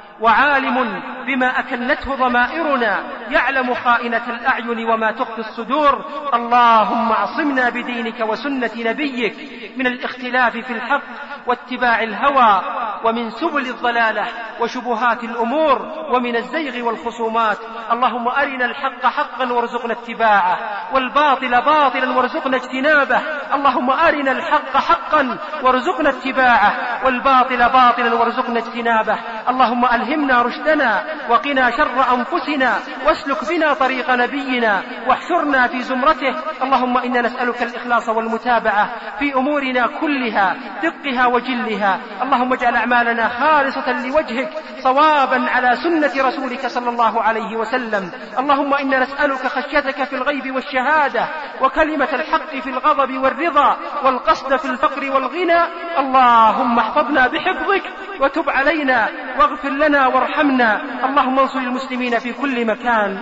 وعالم بما أكنته ضمائرنا، يعلم خائنة الأعين وما تخفي الصدور. اللهم اعصمنا بدينك وسنة نبيك من الاختلاف في الحق واتباع الهوى، ومن سبل الضلالة وشبهات الأمور، ومن الزيغ والخصومات. اللهم أرنا الحق حقا وارزقنا اتباعه، والباطل باطلا وارزقنا اجتنابه. اللهم أرنا الحق حقا وارزقنا اتباعه، والباطل باطلا وارزقنا اجتنابه. اللهم ألهمنا رشدنا وقنا شر أنفسنا، واسلك بنا طريق نبينا، واحشرنا في زمرته. اللهم إنا نسألك الإخلاص والمتابعة في أمورنا كلها، دقها وجلها. اللهم اجعل أعمالنا خالصة لوجهك، صوابا على سنة رسولك صلى الله عليه وسلم. اللهم إنا نسألك خشيتك في الغيب والشهادة، وكلمة الحق في الغضب والرضا، والقصد في الفقر والغنى. اللهم احفظنا بحفظك، وتب علينا، واغفر لنا وارحمنا. اللهم انصر المسلمين في كل مكان،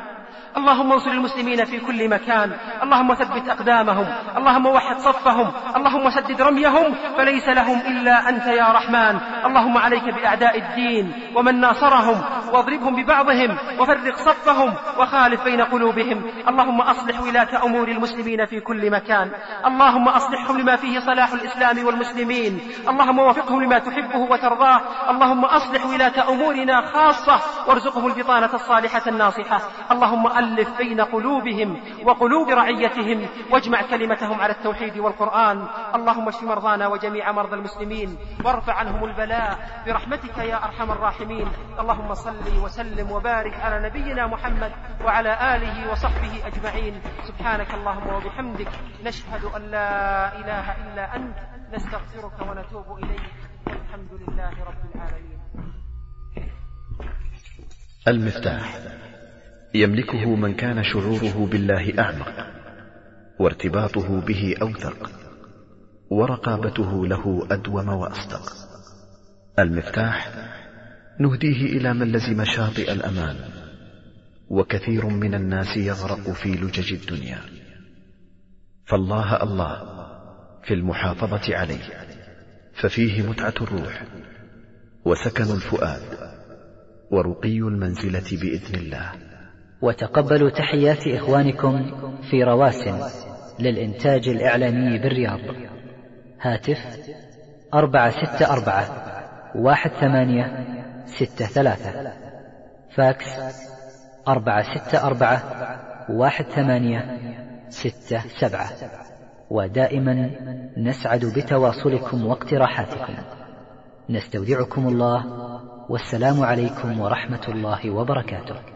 اللهم انصر المسلمين في كل مكان. اللهم ثبت أقدامهم، اللهم وحد صفهم، اللهم سدد رميهم، فليس لهم إلا أنت يا رحمن. اللهم عليك بأعداء الدين ومن ناصرهم، واضربهم ببعضهم، وفرق صفهم، وخالف بين قلوبهم. اللهم أصلح ولاة أمور المسلمين في كل مكان، اللهم أصلحهم لما فيه صلاح الإسلام والمسلمين. اللهم وفقهم لما تحبه وترضاه. اللهم أصلح ولاة أمورنا خاصة، وارزقهم البطانة الصالحة الناصحة. اللهم ألف بين قلوبهم وقلوب رعيتهم، واجمع كلمتهم على التوحيد والقرآن. اللهم اشف مرضانا وجميع مرضى المسلمين، وارفع عنهم البلاء برحمتك يا أرحم الراحمين. اللهم صل وسلم وبارك على نبينا محمد وعلى آله وصحبه أجمعين. سبحانك اللهم وبحمدك، نشهد أن لا إله إلا أنت، نستغفرك ونتوب إليك، والحمد لله رب العالمين. المفتاح يملكه من كان شعوره بالله أعمق، وارتباطه به أوثق، ورقابته له أدوم وأصدق. المفتاح نهديه إلى من لزم شاطئ الأمان، وكثير من الناس يغرق في لجج الدنيا، فالله الله في المحافظة عليه، ففيه متعة الروح وسكن الفؤاد ورقي المنزلة بإذن الله. وتقبلوا تحيات إخوانكم في رواسن للإنتاج الإعلامي بالرياض. هاتف 464-1863، فاكس 464-1867. ودائما نسعد بتواصلكم واقتراحاتكم. نستودعكم الله، والسلام عليكم ورحمة الله وبركاته.